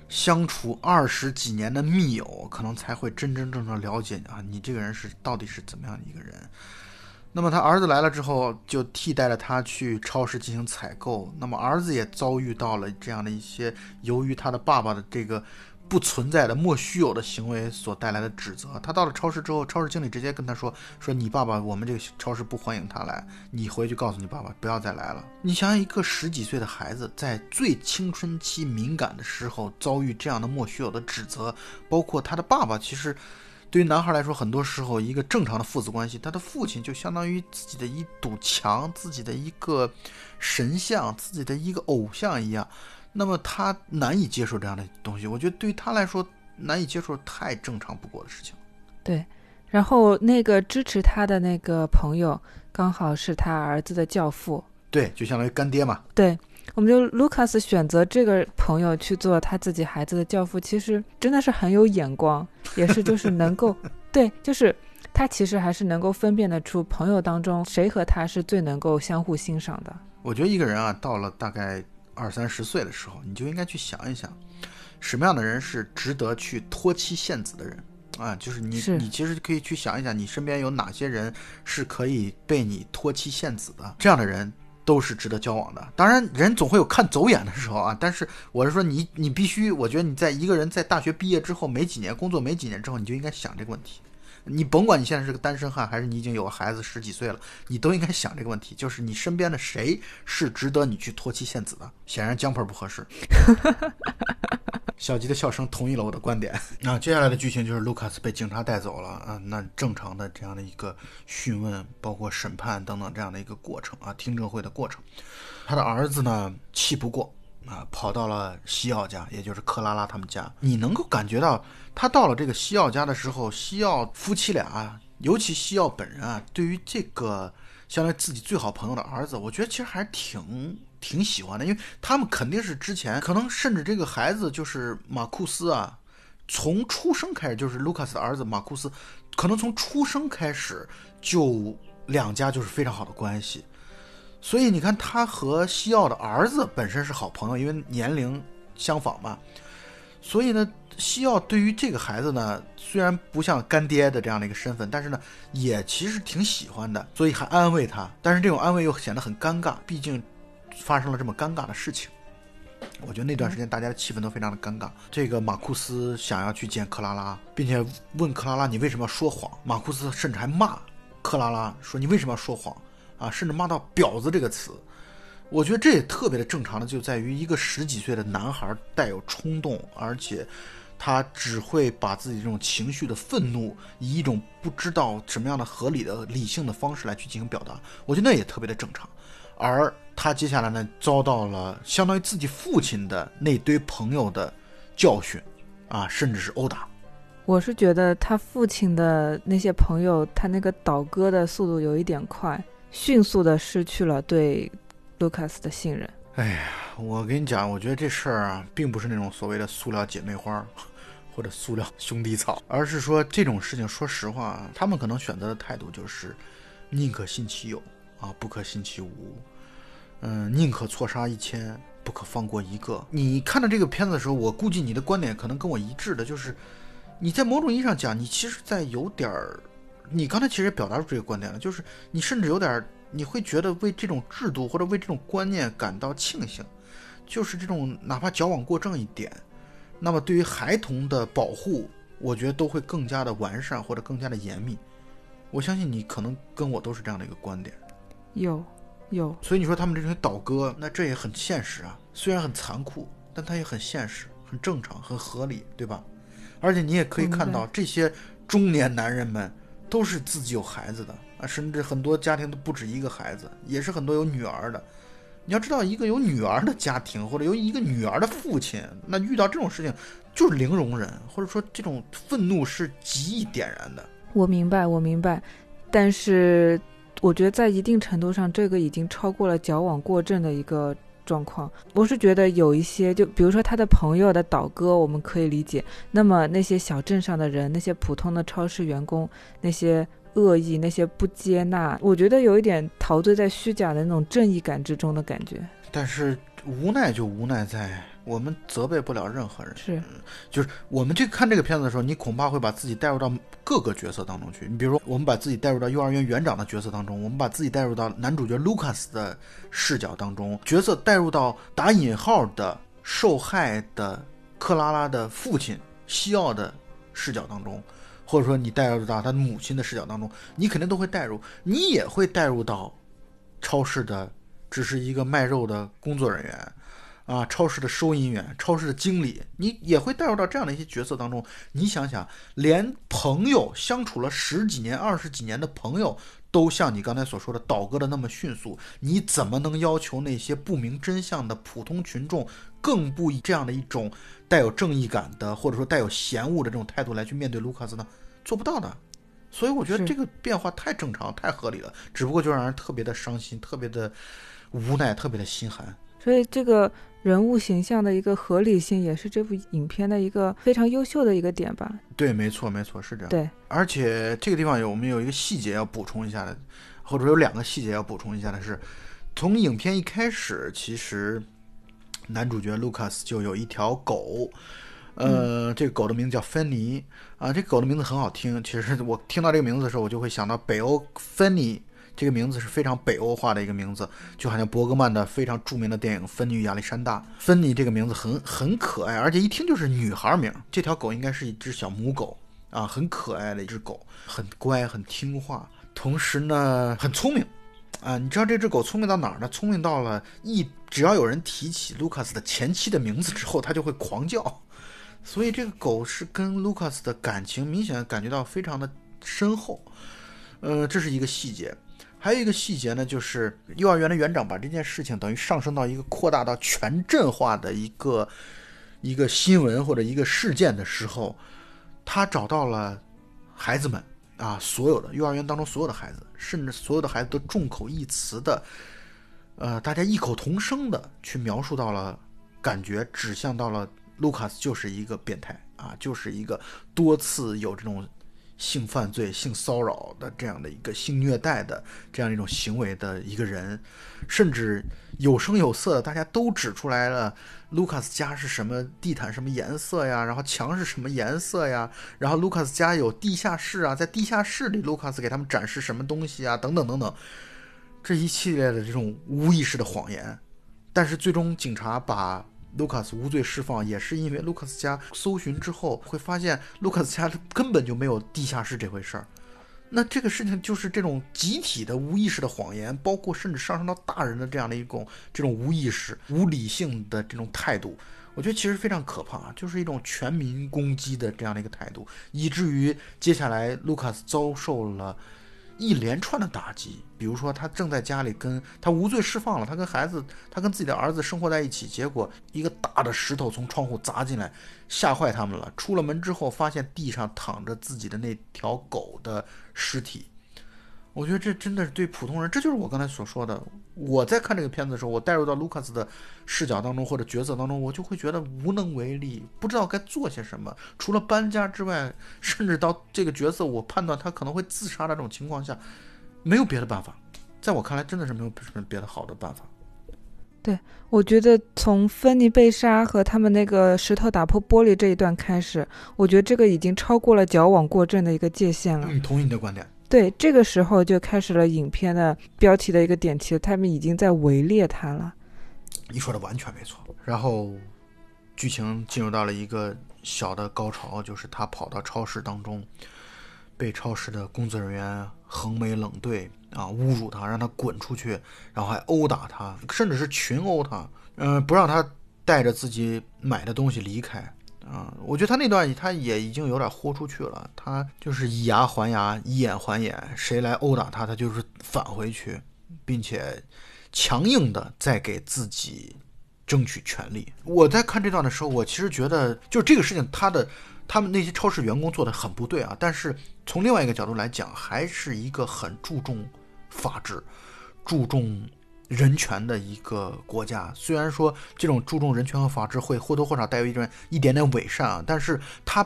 相处20几年的密友，可能才会真真正正了解啊，你这个人到底是怎么样的一个人。那么他儿子来了之后，就替代了他去超市进行采购。那么儿子也遭遇到了这样的一些由于他的爸爸的这个不存在的莫须有的行为所带来的指责。他到了超市之后，超市经理直接跟他说你爸爸我们这个超市不欢迎他来，你回去告诉你爸爸不要再来了。你想想，一个10几岁的孩子在最青春期敏感的时候遭遇这样的莫须有的指责，包括他的爸爸，其实对于男孩来说，很多时候一个正常的父子关系，他的父亲就相当于自己的一堵墙，自己的一个神像，自己的一个偶像一样。那么他难以接受这样的东西，我觉得对于他来说难以接受太正常不过的事情。 对，然后那个支持他的那个朋友刚好是他儿子的教父， 对，就相当于干爹嘛。 对，我们就卢卡斯选择这个朋友去做他自己孩子的教父，其实真的是很有眼光，也是就是能够对，就是他其实还是能够分辨得出朋友当中谁和他是最能够相互欣赏的。 我觉得一个人啊，到了大概20-30岁的时候，你就应该去想一想，什么样的人是值得去托妻献子的人啊？就是你其实可以去想一想，你身边有哪些人是可以被你托妻献子的，这样的人都是值得交往的。当然人总会有看走眼的时候啊，但是我是说你必须，我觉得你在一个人在大学毕业之后没几年，工作没几年之后，你就应该想这个问题。你甭管你现在是个单身汉，还是你已经有个孩子10几岁了，你都应该想这个问题，就是你身边的谁是值得你去托妻献子的。显然江盆不合适。小吉的笑声同意了我的观点。那接下来的剧情就是卢卡斯被警察带走了啊，那正常的这样的一个讯问，包括审判等等这样的一个过程啊，听证会的过程。他的儿子呢气不过啊，跑到了西奥家，也就是克拉拉他们家。你能够感觉到他到了这个西奥家的时候，西奥夫妻俩，尤其西奥本人啊，对于这个相当于自己最好朋友的儿子，我觉得其实还挺喜欢的，因为他们肯定是之前可能甚至这个孩子就是马库斯啊，从出生开始，就是卢卡斯的儿子马库斯，可能从出生开始就两家就是非常好的关系。所以你看他和西奥的儿子本身是好朋友，因为年龄相仿嘛。所以呢，西奥对于这个孩子呢，虽然不像干爹的这样的一个身份，但是呢也其实挺喜欢的，所以还安慰他。但是这种安慰又显得很尴尬，毕竟发生了这么尴尬的事情。我觉得那段时间大家的气氛都非常的尴尬。这个马库斯想要去见克拉拉，并且问克拉拉你为什么要说谎。马库斯甚至还骂克拉拉说你为什么要说谎啊，甚至骂到婊子这个词。我觉得这也特别的正常的，就在于一个10几岁的男孩带有冲动，而且他只会把自己这种情绪的愤怒以一种不知道什么样的合理的理性的方式来去进行表达，我觉得那也特别的正常。而他接下来呢，遭到了相当于自己父亲的那堆朋友的教训啊，甚至是殴打。 我是觉得他父亲的那些朋友，他那个倒戈的速度有一点快，迅速的失去了对卢卡斯的信任。 哎呀，我跟你讲，我觉得这事儿啊，并不是那种所谓的塑料姐妹花或者塑料兄弟草，而是说这种事情，说实话，他们可能选择的态度就是宁可信其有啊，不可信其无。宁可错杀1000，不可放过一个。你看到这个片子的时候，我估计你的观点可能跟我一致的，就是你在某种意义上讲，你其实在有点儿，你刚才其实也表达出这个观点了，就是你甚至有点，你会觉得为这种制度或者为这种观念感到庆幸，就是这种哪怕矫枉过正一点，那么对于孩童的保护，我觉得都会更加的完善或者更加的严密。我相信你可能跟我都是这样的一个观点。 有， 所以你说他们这种倒戈，那这也很现实啊，虽然很残酷，但它也很现实，很正常，很合理，对吧？而且你也可以看到，这些中年男人们都是自己有孩子的啊，甚至很多家庭都不止一个孩子，也是很多有女儿的。你要知道，一个有女儿的家庭，或者有一个女儿的父亲，那遇到这种事情就是零容忍，或者说这种愤怒是极易点燃的。 我明白，但是我觉得在一定程度上，这个已经超过了矫枉过正的一个状况。我是觉得有一些，就比如说他的朋友的倒戈我们可以理解，那么那些小镇上的人，那些普通的超市员工，那些恶意，那些不接纳，我觉得有一点陶醉在虚假的那种正义感之中的感觉。 但是无奈就无奈在我们责备不了任何人， 是， 就是我们看这个片子的时候，你恐怕会把自己带入到各个角色当中去。你比如说，我们把自己带入到幼儿园园长的角色当中，我们把自己带入到男主角 Lucas 的视角当中，角色带入到打引号的受害的克拉拉的父亲西奥的视角当中，或者说你带入到他母亲的视角当中，你肯定都会带入，你也会带入到超市的只是一个卖肉的工作人员啊，超市的收银员，超市的经理，你也会带入到这样的一些角色当中。你想想，连朋友相处了10几年、20几年的朋友，都像你刚才所说的倒戈的那么迅速，你怎么能要求那些不明真相的普通群众，更不以这样的一种带有正义感的，或者说带有嫌恶的这种态度来去面对卢卡斯呢？做不到的。所以我觉得这个变化太正常、太合理了，只不过就让人特别的伤心、特别的无奈、特别的心寒。 所以这个人物形象的一个合理性，也是这部影片的一个非常优秀的一个点吧。 对，没错，没错，是这样。 对， 而且这个地方我们有一个细节要补充一下的，或者有2个细节要补充一下的是，从影片一开始，其实男主角 Lucas 就有一条狗。这个狗的名字叫芬妮啊，这个狗的名字很好听。其实我听到这个名字的时候，我就会想到北欧芬妮这个名字是非常北欧化的一个名字，就好像伯格曼的非常著名的电影《芬妮与亚历山大》。芬妮这个名字很可爱，而且一听就是女孩名。这条狗应该是一只小母狗啊，很可爱的一只狗，很乖，很听话，同时呢很聪明啊。你知道这只狗聪明到哪儿呢？聪明到了只要有人提起卢卡斯的前妻的名字之后，它就会狂叫。所以这个狗是跟卢卡斯的感情明显感觉到非常的深厚，这是一个细节。还有一个细节呢，就是幼儿园的园长把这件事情等于上升到一个扩大到全镇化的一个新闻或者一个事件的时候，他找到了孩子们啊，所有的幼儿园当中所有的孩子，甚至所有的孩子都众口一词的，大家异口同声的去描述到了，感觉指向到了卢卡斯就是一个变态啊，就是一个多次有这种性犯罪、性骚扰的这样的一个性虐待的这样一种行为的一个人，甚至有声有色的大家都指出来了卢卡斯家是什么地毯什么颜色呀，然后墙是什么颜色呀，然后卢卡斯家有地下室啊，在地下室里卢卡斯给他们展示什么东西啊，等等等等，这一系列的这种无意识的谎言。但是最终警察把卢卡斯无罪释放，也是因为卢卡斯家搜寻之后会发现卢卡斯家根本就没有地下室这回事儿。那这个事情就是这种集体的无意识的谎言，包括甚至上升到大人的这样的这种无意识无理性的这种态度，我觉得其实非常可怕，就是一种全民攻击的这样的一个态度，以至于接下来卢卡斯遭受了一连串的打击。比如说他正在家里他无罪释放了，他跟自己的儿子生活在一起，结果一个大的石头从窗户砸进来，吓坏他们了。出了门之后发现地上躺着自己的那条狗的尸体。我觉得这真的是对普通人，这就是我刚才所说的，我在看这个片子的时候，我带入到卢卡斯的视角当中或者角色当中，我就会觉得无能为力，不知道该做些什么，除了搬家之外，甚至到这个角色我判断他可能会自杀的这种情况下，没有别的办法。在我看来真的是没有别的好的办法。 对，我觉得从芬妮被杀和他们那个石头打破玻璃这一段开始，我觉得这个已经超过了矫枉过正的一个界限了。 同意你的观点。 对，这个时候就开始了影片的标题的一个点题，他们已经在围猎他了。 你说的完全没错。然后剧情进入到了一个小的高潮，就是他跑到超市当中，被超市的工作人员横眉冷对啊，侮辱他，让他滚出去，然后还殴打他，甚至是群殴他，不让他带着自己买的东西离开。我觉得他那段他也已经有点豁出去了，他就是以牙还牙，以眼还眼，谁来殴打他，他就是返回去，并且强硬的再给自己争取权利。我在看这段的时候，我其实觉得就这个事情他们那些超市员工做的很不对啊，但是从另外一个角度来讲，还是一个很注重法治、注重人权的一个国家。虽然说这种注重人权和法治会或多或少带有一点点伪善啊，但是它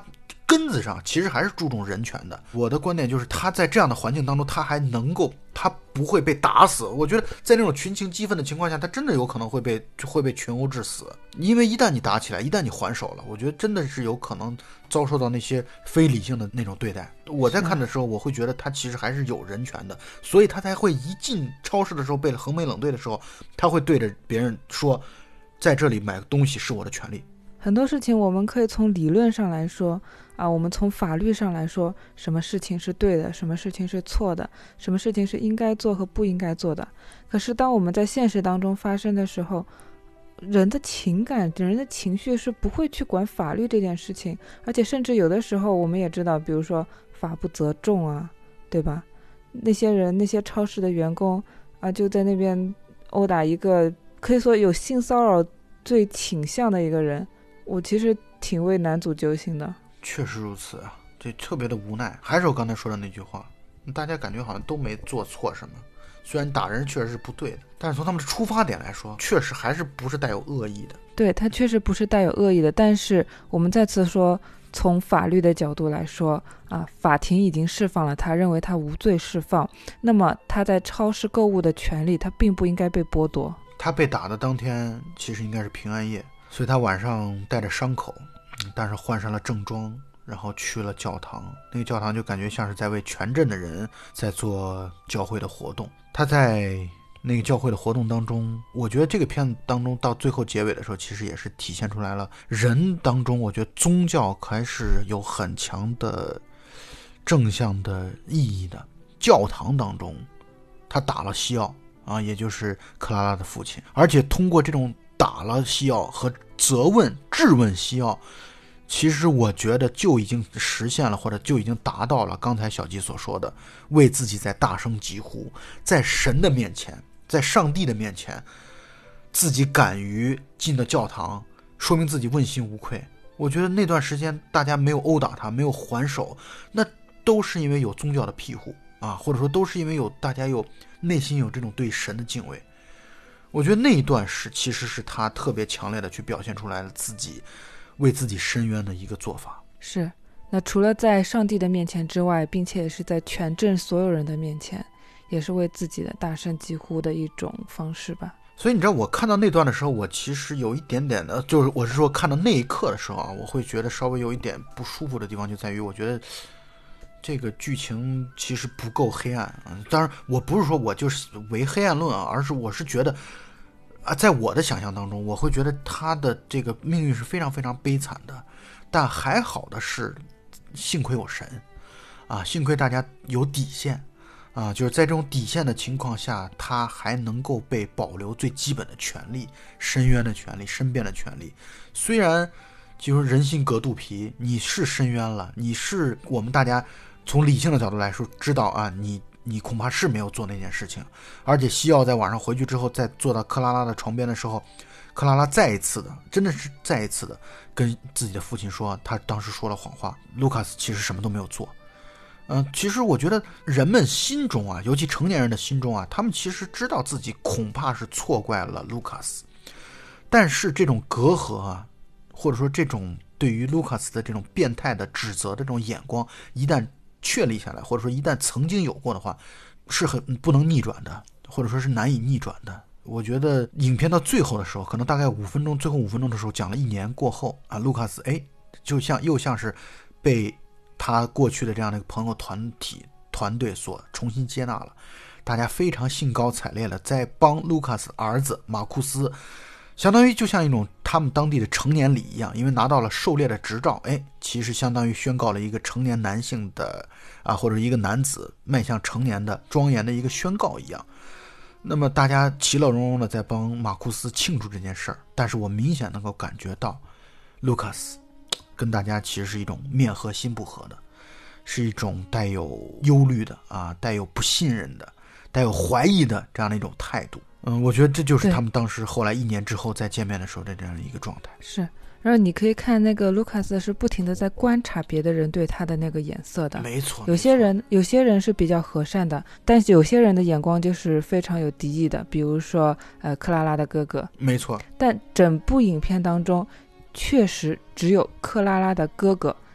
根子上其实还是注重人权的。我的观点就是他在这样的环境当中，他不会被打死。我觉得在那种群情激愤的情况下，他真的有可能会被群殴致死。因为一旦你打起来，一旦你还手了，我觉得真的是有可能遭受到那些非理性的那种对待。我在看的时候，我会觉得他其实还是有人权的，所以他才会一进超市的时候，被横眉冷对的时候，他会对着别人说，在这里买东西是我的权利。 很多事情我们可以从理论上来说啊，我们从法律上来说，什么事情是对的，什么事情是错的，什么事情是应该做和不应该做的。可是当我们在现实当中发生的时候，人的情感、人的情绪是不会去管法律这件事情，而且甚至有的时候我们也知道，比如说法不责众啊，对吧？那些超市的员工啊，就在那边殴打一个可以说有性骚扰罪倾向的一个人，我其实挺为男主揪心的。 确实如此啊，这特别的无奈。还是我刚才说的那句话，大家感觉好像都没做错什么，虽然打人确实是不对的，但是从他们的出发点来说，确实还是不是带有恶意的。 对，他确实不是带有恶意的，但是我们再次说，从法律的角度来说啊，法庭已经释放了他，认为他无罪释放，那么他在超市购物的权利他并不应该被剥夺。 他被打的当天其实应该是平安夜，所以他晚上带着伤口，但是换上了正装，然后去了教堂。那个教堂就感觉像是在为全镇的人在做教会的活动。他在那个教会的活动当中，我觉得这个片子当中到最后结尾的时候，其实也是体现出来了人当中，我觉得宗教还是有很强的正向的意义的。教堂当中他打了西奥啊，也就是克拉拉的父亲，而且通过这种打了西奥和质问西奥，其实我觉得就已经实现了，或者就已经达到了刚才小吉所说的为自己在大声疾呼，在神的面前，在上帝的面前，自己敢于进了教堂，说明自己问心无愧。我觉得那段时间大家没有殴打他，没有还手，那都是因为有宗教的庇护啊，或者说都是因为大家内心有这种对神的敬畏。我觉得那一段其实是他特别强烈的去表现出来了自己为自己伸冤的一个做法。 是，那除了在上帝的面前之外，并且也是在全镇所有人的面前，也是为自己的大声疾呼的一种方式吧。 所以你知道我看到那段的时候，我其实有一点点的，就是我是说看到那一刻的时候啊，我会觉得稍微有一点不舒服的地方，就在于我觉得这个剧情其实不够黑暗啊。当然我不是说我就是唯黑暗论啊，而是我是觉得啊，在我的想象当中，我会觉得他的这个命运是非常非常悲惨的。但还好的是，幸亏有神啊，幸亏大家有底线啊，就是在这种底线的情况下，他还能够被保留最基本的权利，申冤的权利，申辩的权利。虽然就是人心隔肚皮，你是申冤了，你是我们大家从理性的角度来说知道啊，你恐怕是没有做那件事情。而且西奥在晚上回去之后，再坐到克拉拉的床边的时候，克拉拉再一次的，真的是再一次的跟自己的父亲说，他当时说了谎话，卢卡斯其实什么都没有做。其实我觉得人们心中啊，尤其成年人的心中啊，他们其实知道自己恐怕是错怪了卢卡斯，但是这种隔阂啊，或者说这种对于卢卡斯的这种变态的指责的这种眼光，一旦确立下来，或者说一旦曾经有过的话，是很不能逆转的，或者说是难以逆转的。我觉得影片到最后的时候，可能大概5分钟，最后5分钟的时候讲了1年过后啊，卢卡斯又像是被他过去的这样的一个朋友团队所重新接纳了，大家非常兴高采烈的在帮卢卡斯儿子马库斯，相当于就像一种他们当地的成年礼一样，因为拿到了狩猎的执照，其实相当于宣告了一个成年男性的啊，或者一个男子迈向成年的庄严的一个宣告一样。那么大家其乐融融的在帮马库斯庆祝这件事儿，但是我明显能够感觉到卢卡斯跟大家其实是一种面和心不和的，是一种带有忧虑的啊，带有不信任的，带有怀疑的这样的一种态度。我觉得这就是他们当时后来1年之后再见面的时候的这样的一个状态。 是，然后你可以看那个卢卡斯是不停的在观察别的人对他的那个眼色的。 没错， 有些人是比较和善的，但是有些人的眼光就是非常有敌意的，比如说克拉拉的哥哥。 没错， 但整部影片当中确实只有克拉拉的哥哥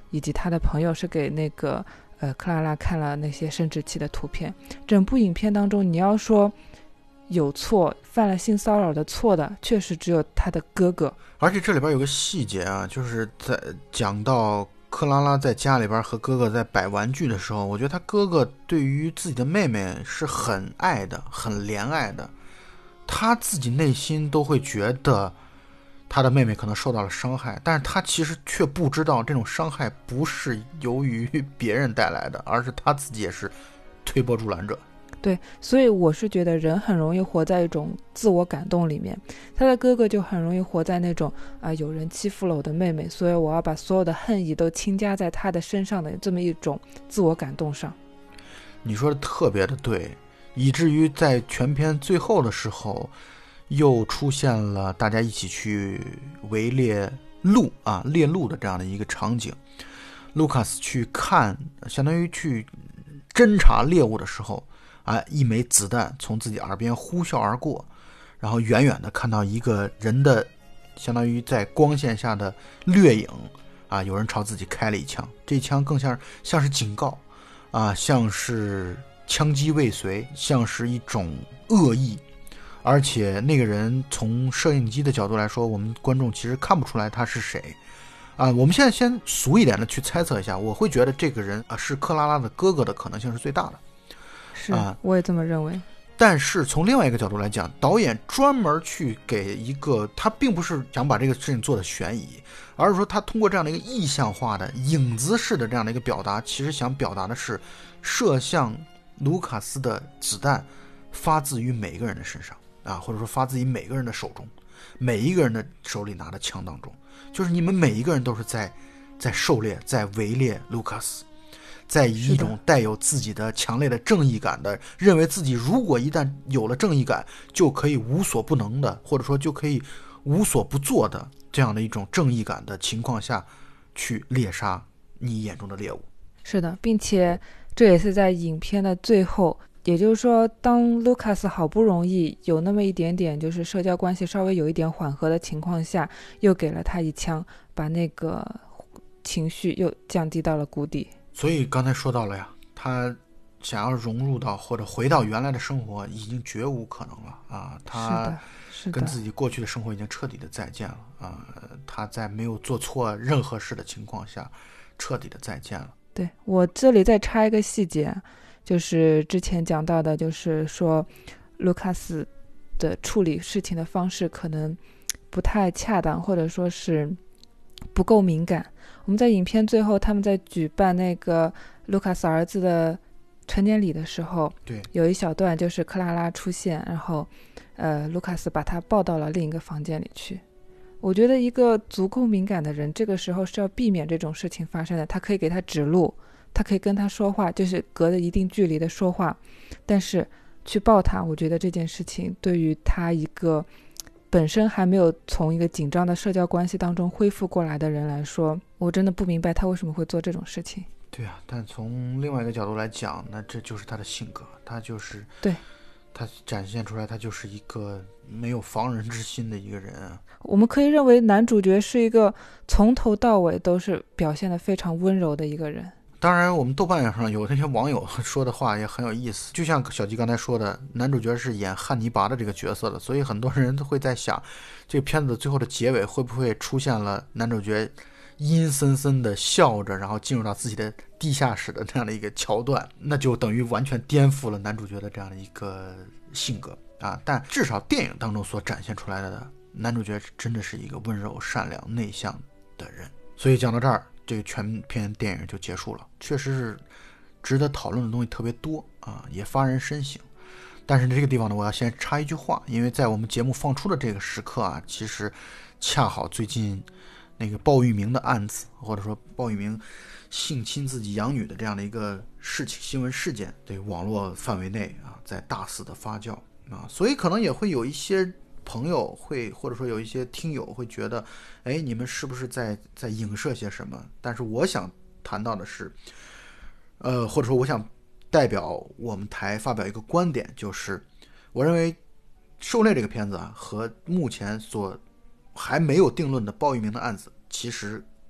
以及他的朋友是给那个克拉拉看了那些生殖器的图片。整部影片当中，你要说有错犯了性骚扰的错的，确实只有他的哥哥。 而且这里边有个细节啊，就是在讲到克拉拉在家里边和哥哥在摆玩具的时候，我觉得他哥哥对于自己的妹妹是很爱的，很怜爱的，他自己内心都会觉得他的妹妹可能受到了伤害，但是他其实却不知道这种伤害不是由于别人带来的，而是他自己也是推波助澜者。 对，所以我是觉得人很容易活在一种自我感动里面，他的哥哥就很容易活在那种有人欺负了我的妹妹，所以我要把所有的恨意都倾加在他的身上的这么一种自我感动上。 你说的特别的对，以至于在全片最后的时候又出现了大家一起去围猎鹿啊，猎鹿的这样的一个场景。卢卡斯去看，相当于去侦察猎物的时候一枚子弹从自己耳边呼啸而过，然后远远的看到一个人的相当于在光线下的掠影有人朝自己开了一枪，这一枪更像是警告像是枪击未遂，像是一种恶意。而且那个人从摄影机的角度来说，我们观众其实看不出来他是谁我们现在先俗一点的去猜测一下，我会觉得这个人是克拉拉的哥哥的可能性是最大的。 是我也这么认为。 但是从另外一个角度来讲，导演专门去给一个，他并不是想把这个事情做的悬疑，而是说他通过这样的一个意象化的影子式的这样的一个表达，其实想表达的是射向卢卡斯的子弹发自于每一个人的身上或者说发自于每个人的手中，每一个人的手里拿的枪当中，就是你们每一个人都是在狩猎，在围猎卢卡斯，在以一种带有自己的强烈的正义感的，认为自己如果一旦有了正义感，就可以无所不能的，或者说就可以无所不做的这样的一种正义感的情况下，去猎杀你眼中的猎物。 是的，并且这也是在影片的最后，也就是说，当卢卡斯好不容易有那么一点点就是社交关系稍微有一点缓和的情况下，又给了他一枪，把那个情绪又降低到了谷底。 所以刚才说到了呀，他想要融入到或者回到原来的生活已经绝无可能了他跟自己过去的生活已经彻底的再见了他在没有做错任何事的情况下彻底的再见了。 对，我这里再插一个细节，就是之前讲到的，就是说卢卡斯的处理事情的方式可能不太恰当，或者说是不够敏感。我们在影片最后，他们在举办那个卢卡斯儿子的成年礼的时候， 对， 有一小段就是克拉拉出现，然后卢卡斯把他抱到了另一个房间里去。我觉得一个足够敏感的人，这个时候是要避免这种事情发生的。他可以给他指路，他可以跟他说话，就是隔着一定距离的说话，但是去抱他，我觉得这件事情对于他一个本身还没有从一个紧张的社交关系当中恢复过来的人来说，我真的不明白他为什么会做这种事情。 对啊，但从另外一个角度来讲，那这就是他的性格，他就是对他展现出来，他就是一个没有防人之心的一个人我们可以认为男主角是一个从头到尾都是表现得非常温柔的一个人。 当然我们豆瓣上有那些网友说的话也很有意思，就像小鸡刚才说的，男主角是演汉尼拔的这个角色的，所以很多人都会在想，这个片子最后的结尾会不会出现了男主角阴森森的笑着，然后进入到自己的地下室的这样的一个桥段，那就等于完全颠覆了男主角的这样的一个性格但至少电影当中所展现出来的男主角真的是一个温柔善良内向的人。所以讲到这儿，这个全篇电影就结束了。确实是值得讨论的东西特别多也发人深省。但是这个地方呢，我要先插一句话，因为在我们节目放出的这个时刻其实恰好最近那个鲍玉明的案子，或者说鲍玉明性侵自己养女的这样的一个事情新闻事件，对网络范围内在大肆的发酵所以可能也会有一些朋友会，或者说有一些听友会觉得，哎，你们是不是在影射些什么？但是我想谈到的是，或者说我想代表我们台发表一个观点，就是我认为《狩猎》这个片子和目前所还没有定论的鲍玉明的案子，其实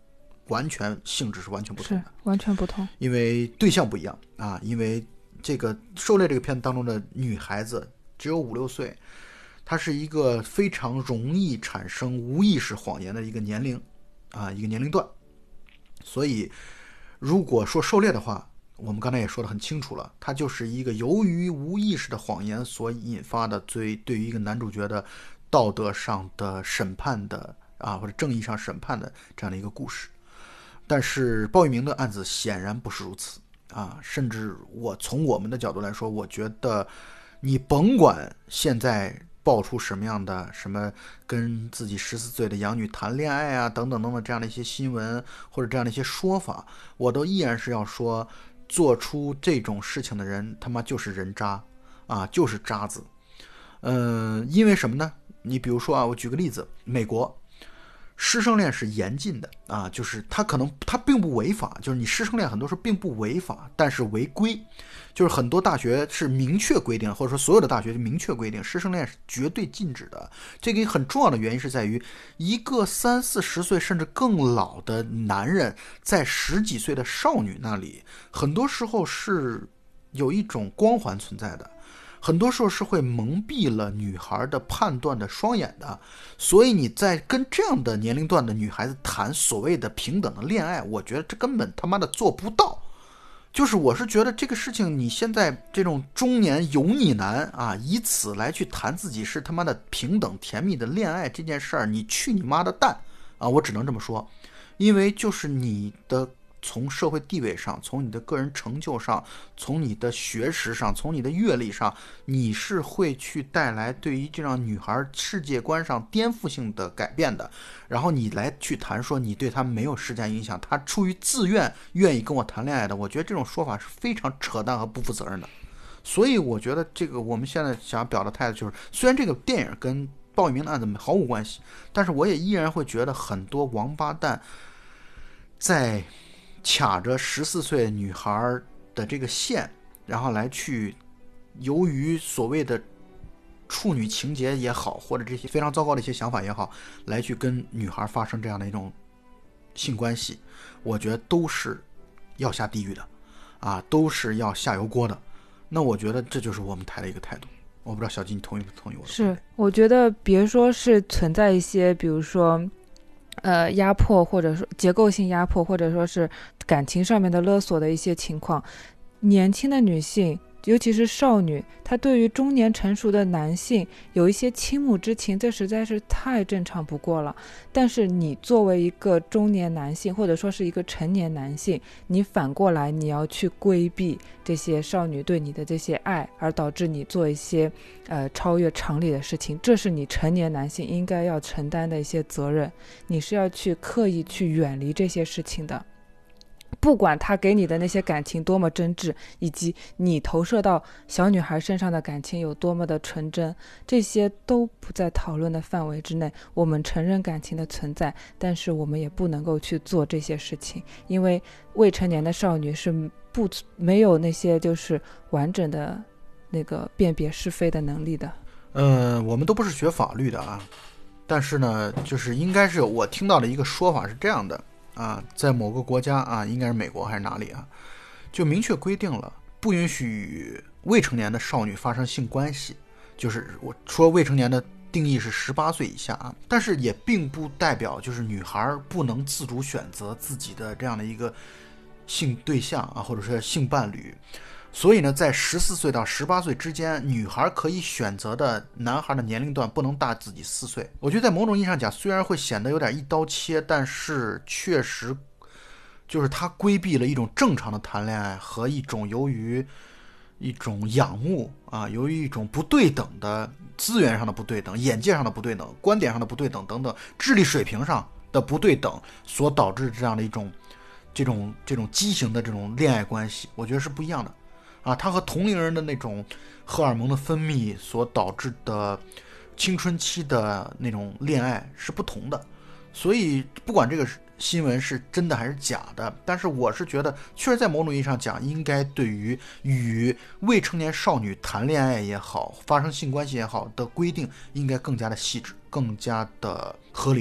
完全性质是完全不同的， 是完全不同， 因为对象不一样啊。因为这个狩猎这个片子当中的女孩子只有5-6岁，她是一个非常容易产生无意识谎言的一个年龄啊，一个年龄段。所以如果说狩猎的话，我们刚才也说得很清楚了，它就是一个由于无意识的谎言所引发的对于一个男主角的道德上的审判的啊，或者正义上审判的这样的一个故事。但是鲍玉明的案子显然不是如此啊，甚至从我们的角度来说，我觉得你甭管现在爆出什么样的什么跟自己14岁的养女谈恋爱啊等等等等这样的一些新闻或者这样的一些说法，我都依然是要说，做出这种事情的人他妈就是人渣啊，就是渣子。因为什么呢？你比如说啊，我举个例子，美国师生恋是严禁的啊，就是它并不违法，就是你师生恋很多时候并不违法，但是违规，就是很多大学是明确规定，或者说所有的大学就明确规定师生恋是绝对禁止的。这个很重要的原因是在于，一个30-40岁甚至更老的男人在10几岁的少女那里，很多时候是有一种光环存在的，很多时候是会蒙蔽了女孩的判断的双眼的。所以你在跟这样的年龄段的女孩子谈所谓的平等的恋爱，我觉得这根本他妈的做不到。就是我是觉得这个事情，你现在这种中年油腻男啊，以此来去谈自己是他妈的平等甜蜜的恋爱这件事儿，你去你妈的蛋啊！我只能这么说，因为就是你的从社会地位上，从你的个人成就上，从你的学识上，从你的阅历上，你是会去带来对于这样女孩世界观上颠覆性的改变的。然后你来去谈说你对她没有施加影响，她出于自愿愿意跟我谈恋爱的，我觉得这种说法是非常扯淡和不负责任的。所以我觉得这个我们现在想表达态度就是，虽然这个电影跟鲍玉明的案子毫无关系，但是我也依然会觉得很多王八蛋在卡着14岁女孩的这个线，然后来去由于所谓的处女情节也好，或者这些非常糟糕的一些想法也好，来去跟女孩发生这样的一种性关系，我觉得都是要下地狱的啊，都是要下油锅的。那我觉得这就是我们台的一个态度。我不知道小鸡你同意不同意我的？ 是，我觉得别说是存在一些比如说压迫，或者说结构性压迫，或者说是感情上面的勒索的一些情况，年轻的女性尤其是少女，她对于中年成熟的男性有一些倾慕之情，这实在是太正常不过了。但是你作为一个中年男性，或者说是一个成年男性，你反过来你要去规避这些少女对你的这些爱，而导致你做一些超越常理的事情，这是你成年男性应该要承担的一些责任，你是要去刻意去远离这些事情的。不管他给你的那些感情多么真挚，以及你投射到小女孩身上的感情有多么的纯真，这些都不在讨论的范围之内。我们承认感情的存在，但是我们也不能够去做这些事情，因为未成年的少女是没有那些就是完整的那个辨别是非的能力的。 我们都不是学法律的啊，但是呢，就是应该是我听到的一个说法是这样的啊，在某个国家啊，应该是美国还是哪里啊，就明确规定了不允许与未成年的少女发生性关系。就是我说未成年的定义是18岁以下啊，但是也并不代表就是女孩不能自主选择自己的这样的一个性对象啊，或者说性伴侣。所以呢，在14岁到18岁之间，女孩可以选择的男孩的年龄段不能大自己4岁。我觉得在某种意义上讲，虽然会显得有点一刀切，但是确实就是他规避了一种正常的谈恋爱和一种由于一种仰慕啊，由于一种不对等的资源上的不对等、眼界上的不对等、观点上的不对等等等，智力水平上的不对等所导致这样的一种这种畸形的这种恋爱关系，我觉得是不一样的。啊，它和同龄人的那种荷尔蒙的分泌所导致的青春期的那种恋爱是不同的。所以不管这个新闻是真的还是假的，但是我是觉得确实在某种意义上讲，应该对于与未成年少女谈恋爱也好，发生性关系也好的规定应该更加的细致，更加的合理化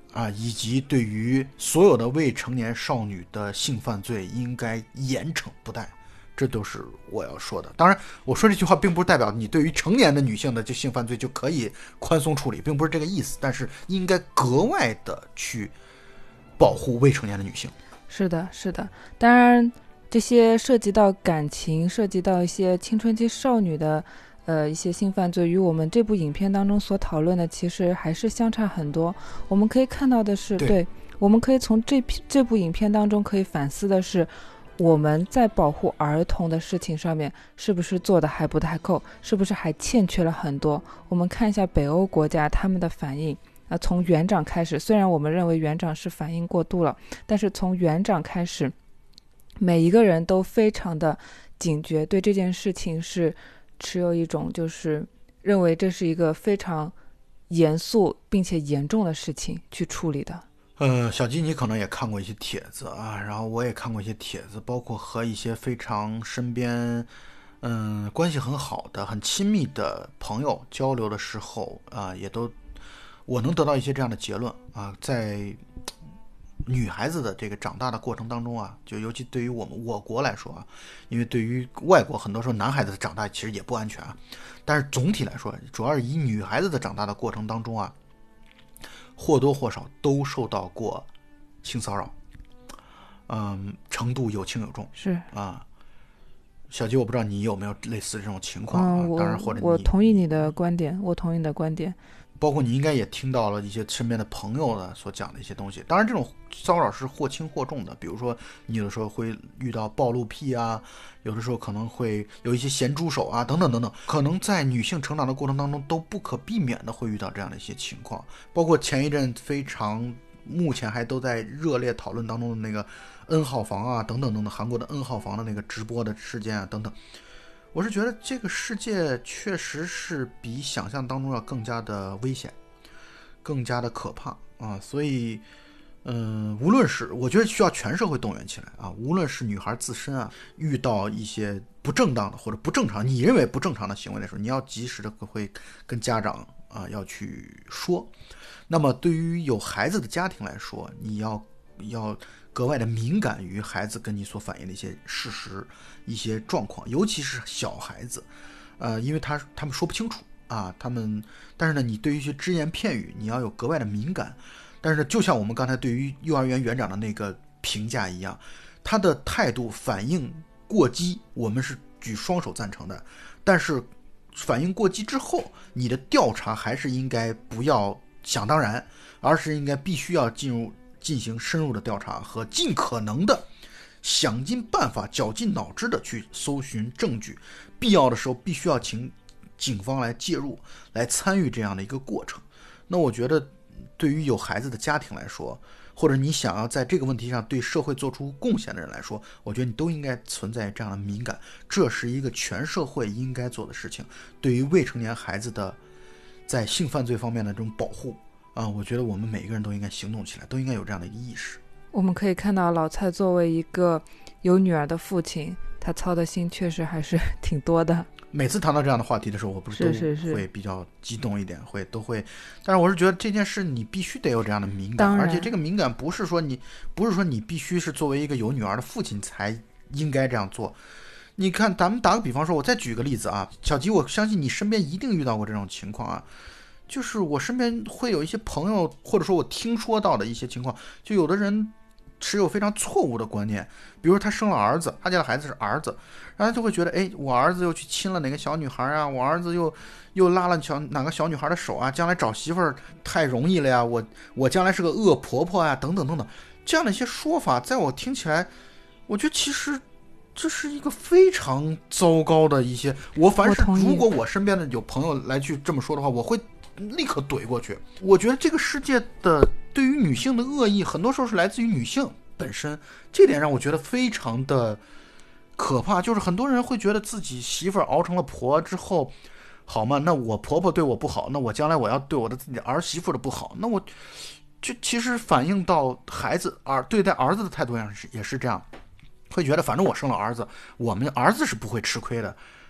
以及对于所有的未成年少女的性犯罪应该严惩不贷，这都是我要说的。当然我说这句话并不是代表你对于成年的女性的性犯罪就可以宽松处理，并不是这个意思，但是应该格外的去保护未成年的女性。 是的，是的。当然这些涉及到感情，涉及到一些青春期少女的一些性犯罪，与我们这部影片当中所讨论的其实还是相差很多。我们可以看到的是，对，我们可以从这部影片当中可以反思的是，我们在保护儿童的事情上面是不是做的还不太够，是不是还欠缺了很多。我们看一下北欧国家他们的反应，从园长开始，虽然我们认为园长是反应过度了，但是从园长开始，每一个人都非常的警觉，对这件事情是持有一种就是认为这是一个非常严肃并且严重的事情去处理的。 小鸡你可能也看过一些帖子啊，然后我也看过一些帖子，包括和一些非常身边关系很好的很亲密的朋友交流的时候也都我能得到一些这样的结论啊，在女孩子的这个长大的过程当中啊，就尤其对于我国来说啊，因为对于外国很多时候男孩子的长大其实也不安全啊，但是总体来说，主要是以女孩子的长大的过程当中啊，或多或少都受到过性骚扰，程度有轻有重， 是啊。小鸡，我不知道你有没有类似这种情况啊？ 当然，或者我同意你的观点，我同意你的观点。 包括你应该也听到了一些身边的朋友的所讲的一些东西。当然，这种骚扰是或轻或重的，比如说你有的时候会遇到暴露癖啊，有的时候可能会有一些咸猪手啊，等等等等，可能在女性成长的过程当中都不可避免的会遇到这样的一些情况。包括前一阵非常目前还都在热烈讨论当中的那个 N 号房啊，等等等等，韩国的 N 号房的那个直播的事件啊，等等。我是觉得这个世界确实是比想象当中要更加的危险，更加的可怕啊！所以，无论是我觉得需要全社会动员起来啊，无论是女孩自身啊，遇到一些不正当的或者不正常，你认为不正常的行为的时候，你要及时的会跟家长啊要去说。那么对于有孩子的家庭来说，你要格外的敏感于孩子跟你所反映的一些事实、一些状况，尤其是小孩子，因为他们说不清楚啊，但是呢，你对于一些只言片语，你要有格外的敏感。但是呢，就像我们刚才对于幼儿园园长的那个评价一样，他的态度反应过激，我们是举双手赞成的。但是反应过激之后，你的调查还是应该不要想当然，而是应该必须要进行深入的调查和尽可能的想尽办法绞尽脑汁的去搜寻证据，必要的时候必须要请警方来介入，来参与这样的一个过程。那我觉得对于有孩子的家庭来说，或者你想要在这个问题上对社会做出贡献的人来说，我觉得你都应该存在这样的敏感，这是一个全社会应该做的事情。对于未成年孩子的在性犯罪方面的这种保护我觉得我们每一个人都应该行动起来，都应该有这样的一个意识。 我们可以看到老蔡作为一个有女儿的父亲，他操的心确实还是挺多的。 每次谈到这样的话题的时候，我不是都会比较激动一点，都会。但是我是觉得这件事你必须得有这样的敏感，而且这个敏感不是说你必须是作为一个有女儿的父亲才应该这样做。你看，咱们打个比方说，我再举个例子啊，小吉，我相信你身边一定遇到过这种情况啊。就是我身边会有一些朋友，或者说我听说到的一些情况，就有的人持有非常错误的观念，比如他生了儿子，他家的孩子是儿子，然后他就会觉得，哎，我儿子又去亲了哪个小女孩啊，我儿子又拉了哪个小女孩的手啊，将来找媳妇儿太容易了呀，我将来是个恶婆婆啊，等等等等，这样的一些说法，在我听起来，我觉得其实这是一个非常糟糕的一些，凡是如果我身边的有朋友来去这么说的话，我会立刻怼过去。我觉得这个世界的对于女性的恶意，很多时候是来自于女性本身，这点让我觉得非常的可怕。就是很多人会觉得自己媳妇儿熬成了婆之后，好吗？那我婆婆对我不好，那我将来我要对我的自己儿媳妇的不好，那我就其实反映到孩子对待儿子的态度上也是这样，会觉得反正我生了儿子，我们儿子是不会吃亏的。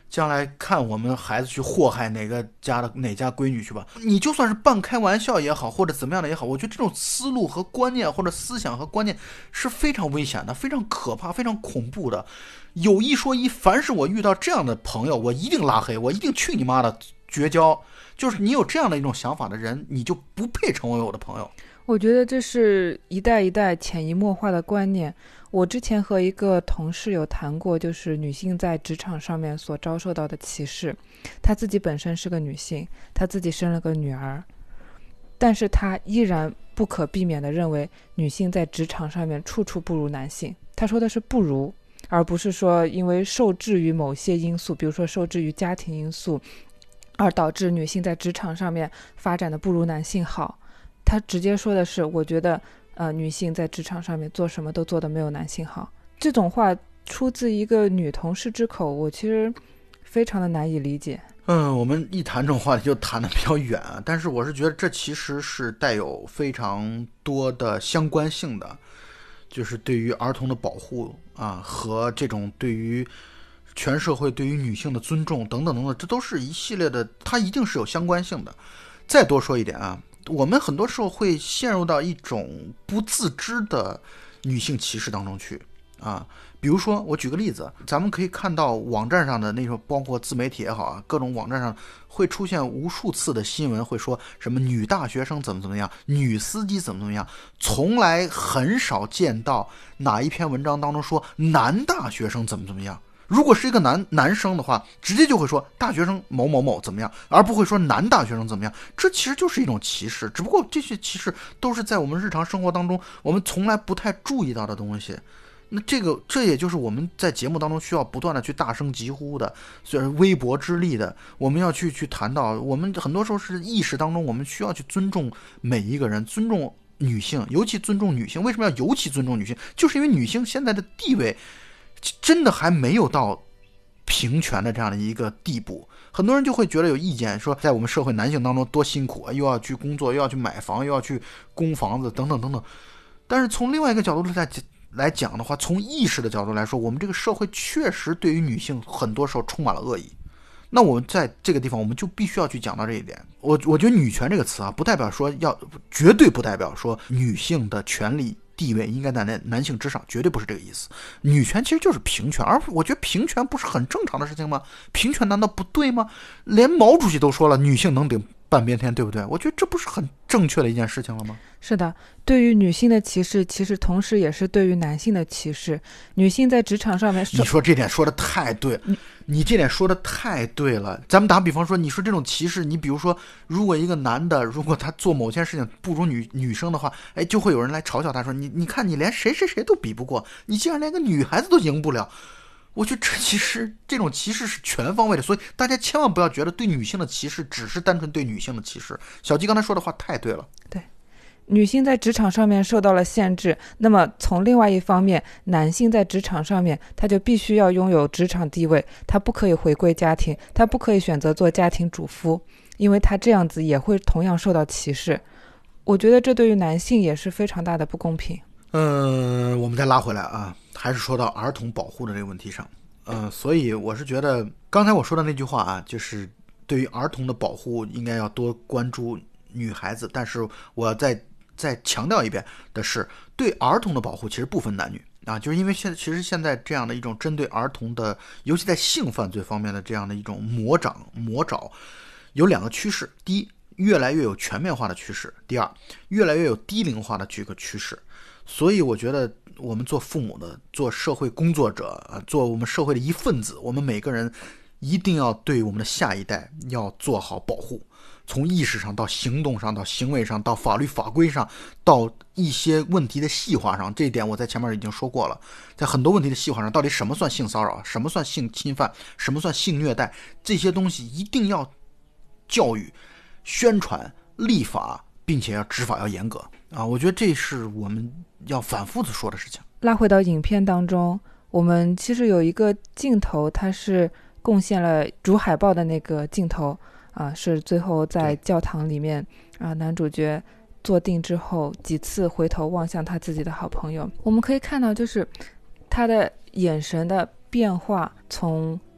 将来看我们孩子去祸害哪家闺女去吧，你就算是半开玩笑也好，或者怎么样的也好，我觉得这种思路和观念或者思想和观念是非常危险的，非常可怕，非常恐怖的。有一说一，凡是我遇到这样的朋友，我一定拉黑，我一定去你妈的，绝交。就是你有这样的一种想法的人，你就不配成为我的朋友。 我觉得这是一代一代潜移默化的观念。我之前和一个同事有谈过，就是女性在职场上面所遭受到的歧视。她自己本身是个女性，她自己生了个女儿，但是她依然不可避免地认为女性在职场上面处处不如男性。她说的是不如，而不是说因为受制于某些因素，比如说受制于家庭因素，而导致女性在职场上面发展的不如男性好。他直接说的是，我觉得女性在职场上面做什么都做得没有男性好。这种话出自一个女同事之口，我其实非常的难以理解。 我们一谈这种话题就谈得比较远，但是我是觉得这其实是带有非常多的相关性的，就是对于儿童的保护啊，和这种对于全社会对于女性的尊重等等等等，这都是一系列的，它一定是有相关性的。再多说一点啊，我们很多时候会陷入到一种不自知的女性歧视当中去啊。比如说我举个例子，咱们可以看到网站上的那种，包括自媒体也好啊，各种网站上会出现无数次的新闻，会说什么女大学生怎么样，女司机怎么样，从来很少见到哪一篇文章当中说男大学生怎么样。如果是一个男生的话，直接就会说大学生某某某怎么样，而不会说男大学生怎么样。这其实就是一种歧视，只不过这些歧视都是在我们日常生活当中我们从来不太注意到的东西。那这也就是我们在节目当中需要不断的去大声疾呼的，虽然微薄之力的，我们要去谈到，我们很多时候是意识当中我们需要去尊重每一个人，尊重女性，尤其尊重女性。为什么要尤其尊重女性？就是因为女性现在的地位真的还没有到平权的这样的一个地步。很多人就会觉得有意见，说在我们社会男性当中多辛苦啊，又要去工作，又要去买房，又要去供房子等等等等。但是从另外一个角度来讲的话，从意识的角度来说，我们这个社会确实对于女性很多时候充满了恶意。那我们在这个地方我们就必须要去讲到这一点。我觉得女权这个词啊，不代表说绝对不代表说女性的权利地位应该在男性之上，绝对不是这个意思。女权其实就是平权，而我觉得平权不是很正常的事情吗？平权难道不对吗？连毛主席都说了，女性能顶半边天，对不对？我觉得这不是很正确的一件事情了吗？ 是的，对于女性的歧视，其实同时也是对于男性的歧视。女性在职场上面， 你说这点说的太对了，你这点说的太对了。咱们打比方说，你说这种歧视，你比如说，如果一个男的，如果他做某件事情不如女生的话，就会有人来嘲笑他说，你看你连谁都比不过，你竟然连个女孩子都赢不了。我觉得这种歧视是全方位的，所以大家千万不要觉得对女性的歧视只是单纯对女性的歧视。小鸡刚才说的话太对了。 对，女性在职场上面受到了限制，那么从另外一方面，男性在职场上面他就必须要拥有职场地位，他不可以回归家庭，他不可以选择做家庭主妇，因为他这样子也会同样受到歧视。我觉得这对于男性也是非常大的不公平。 我们再拉回来啊，还是说到儿童保护的这个问题上。所以我是觉得刚才我说的那句话啊，就是对于儿童的保护应该要多关注女孩子，但是我要再强调一遍的是，对儿童的保护其实不分男女啊，就是因为其实现在这样的一种针对儿童的，尤其在性犯罪方面的这样的一种魔爪，有两个趋势：第一，越来越有全面化的趋势；第二，越来越有低龄化的这个趋势。所以我觉得我们做父母的，做社会工作者，做我们社会的一份子，我们每个人一定要对我们的下一代要做好保护，从意识上到行动上到行为上到法律法规上到一些问题的细化上。这一点我在前面已经说过了，在很多问题的细化上，到底什么算性骚扰，什么算性侵犯，什么算性虐待，这些东西一定要教育、宣传、立法，并且要执法要严格啊！我觉得这是我们要反复的说的事情。 拉回到影片当中，我们其实有一个镜头，它是贡献了主海报的那个镜头啊，是最后在教堂里面啊，男主角坐定之后几次回头望向他自己的好朋友。我们可以看到，就是他的眼神的变化，从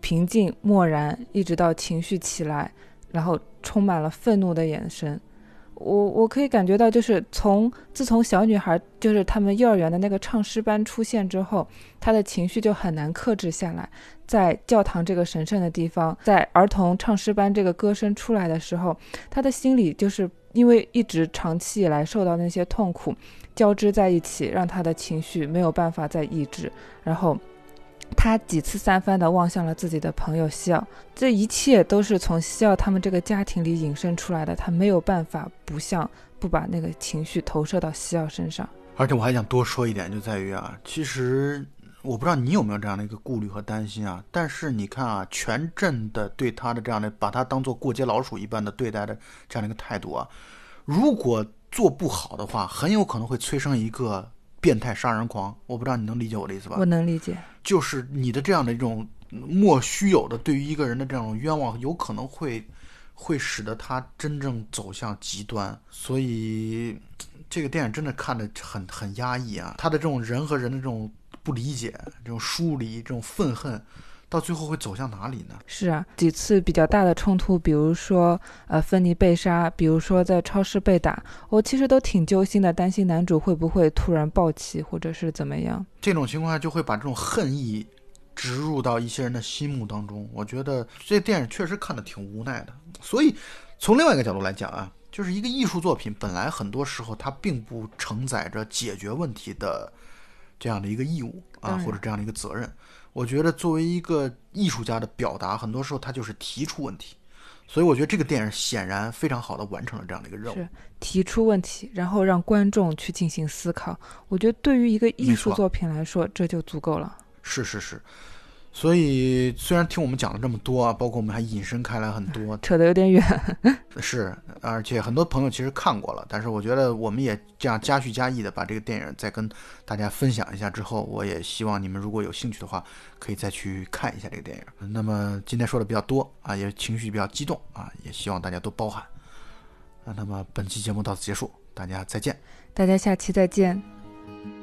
平静漠然，一直到情绪起来，然后充满了愤怒的眼神。我可以感觉到，就是自从小女孩就是他们幼儿园的那个唱诗班出现之后，她的情绪就很难克制下来。在教堂这个神圣的地方，在儿童唱诗班这个歌声出来的时候，她的心里就是因为一直长期以来受到那些痛苦交织在一起，让她的情绪没有办法再抑制，然后他几次三番地望向了自己的朋友西奥，这一切都是从西奥他们这个家庭里引申出来的，他没有办法不把那个情绪投射到西奥身上。 而且我还想多说一点，就在于啊，其实我不知道你有没有这样的一个顾虑和担心啊，但是你看啊，全镇的对他的这样的把他当作过街老鼠一般的对待的这样的一个态度啊，如果做不好的话，很有可能会催生一个变态杀人狂。我不知道你能理解我的意思吧？ 我能理解， 就是你的这样的一种莫须有的对于一个人的这种冤枉，有可能会使得他真正走向极端。所以这个电影真的看得很压抑啊，他的这种人和人的这种不理解，这种疏离，这种愤恨，到最后会走向哪里呢？ 是啊，几次比较大的冲突，比如说芬妮被杀，比如说在超市被打，我其实都挺揪心的，担心男主会不会突然暴起或者是怎么样。 这种情况下就会把这种恨意植入到一些人的心目当中。我觉得这电影确实看得挺无奈的。所以从另外一个角度来讲啊，就是一个艺术作品本来很多时候它并不承载着解决问题的这样的一个义务啊，或者这样的一个责任。我觉得作为一个艺术家的表达，很多时候他就是提出问题。所以我觉得这个电影显然非常好的完成了这样的一个任务， 是提出问题，然后让观众去进行思考。我觉得对于一个艺术作品来说，这就足够了。 是。所以虽然听我们讲了这么多啊，包括我们还引申开来很多， 扯得有点远。 是，而且很多朋友其实看过了，但是我觉得我们也这样加叙加意的把这个电影再跟大家分享一下之后，我也希望你们如果有兴趣的话，可以再去看一下这个电影。那么今天说的比较多啊，也情绪比较激动啊，也希望大家都包涵。那么本期节目到此结束，大家再见。 大家下期再见。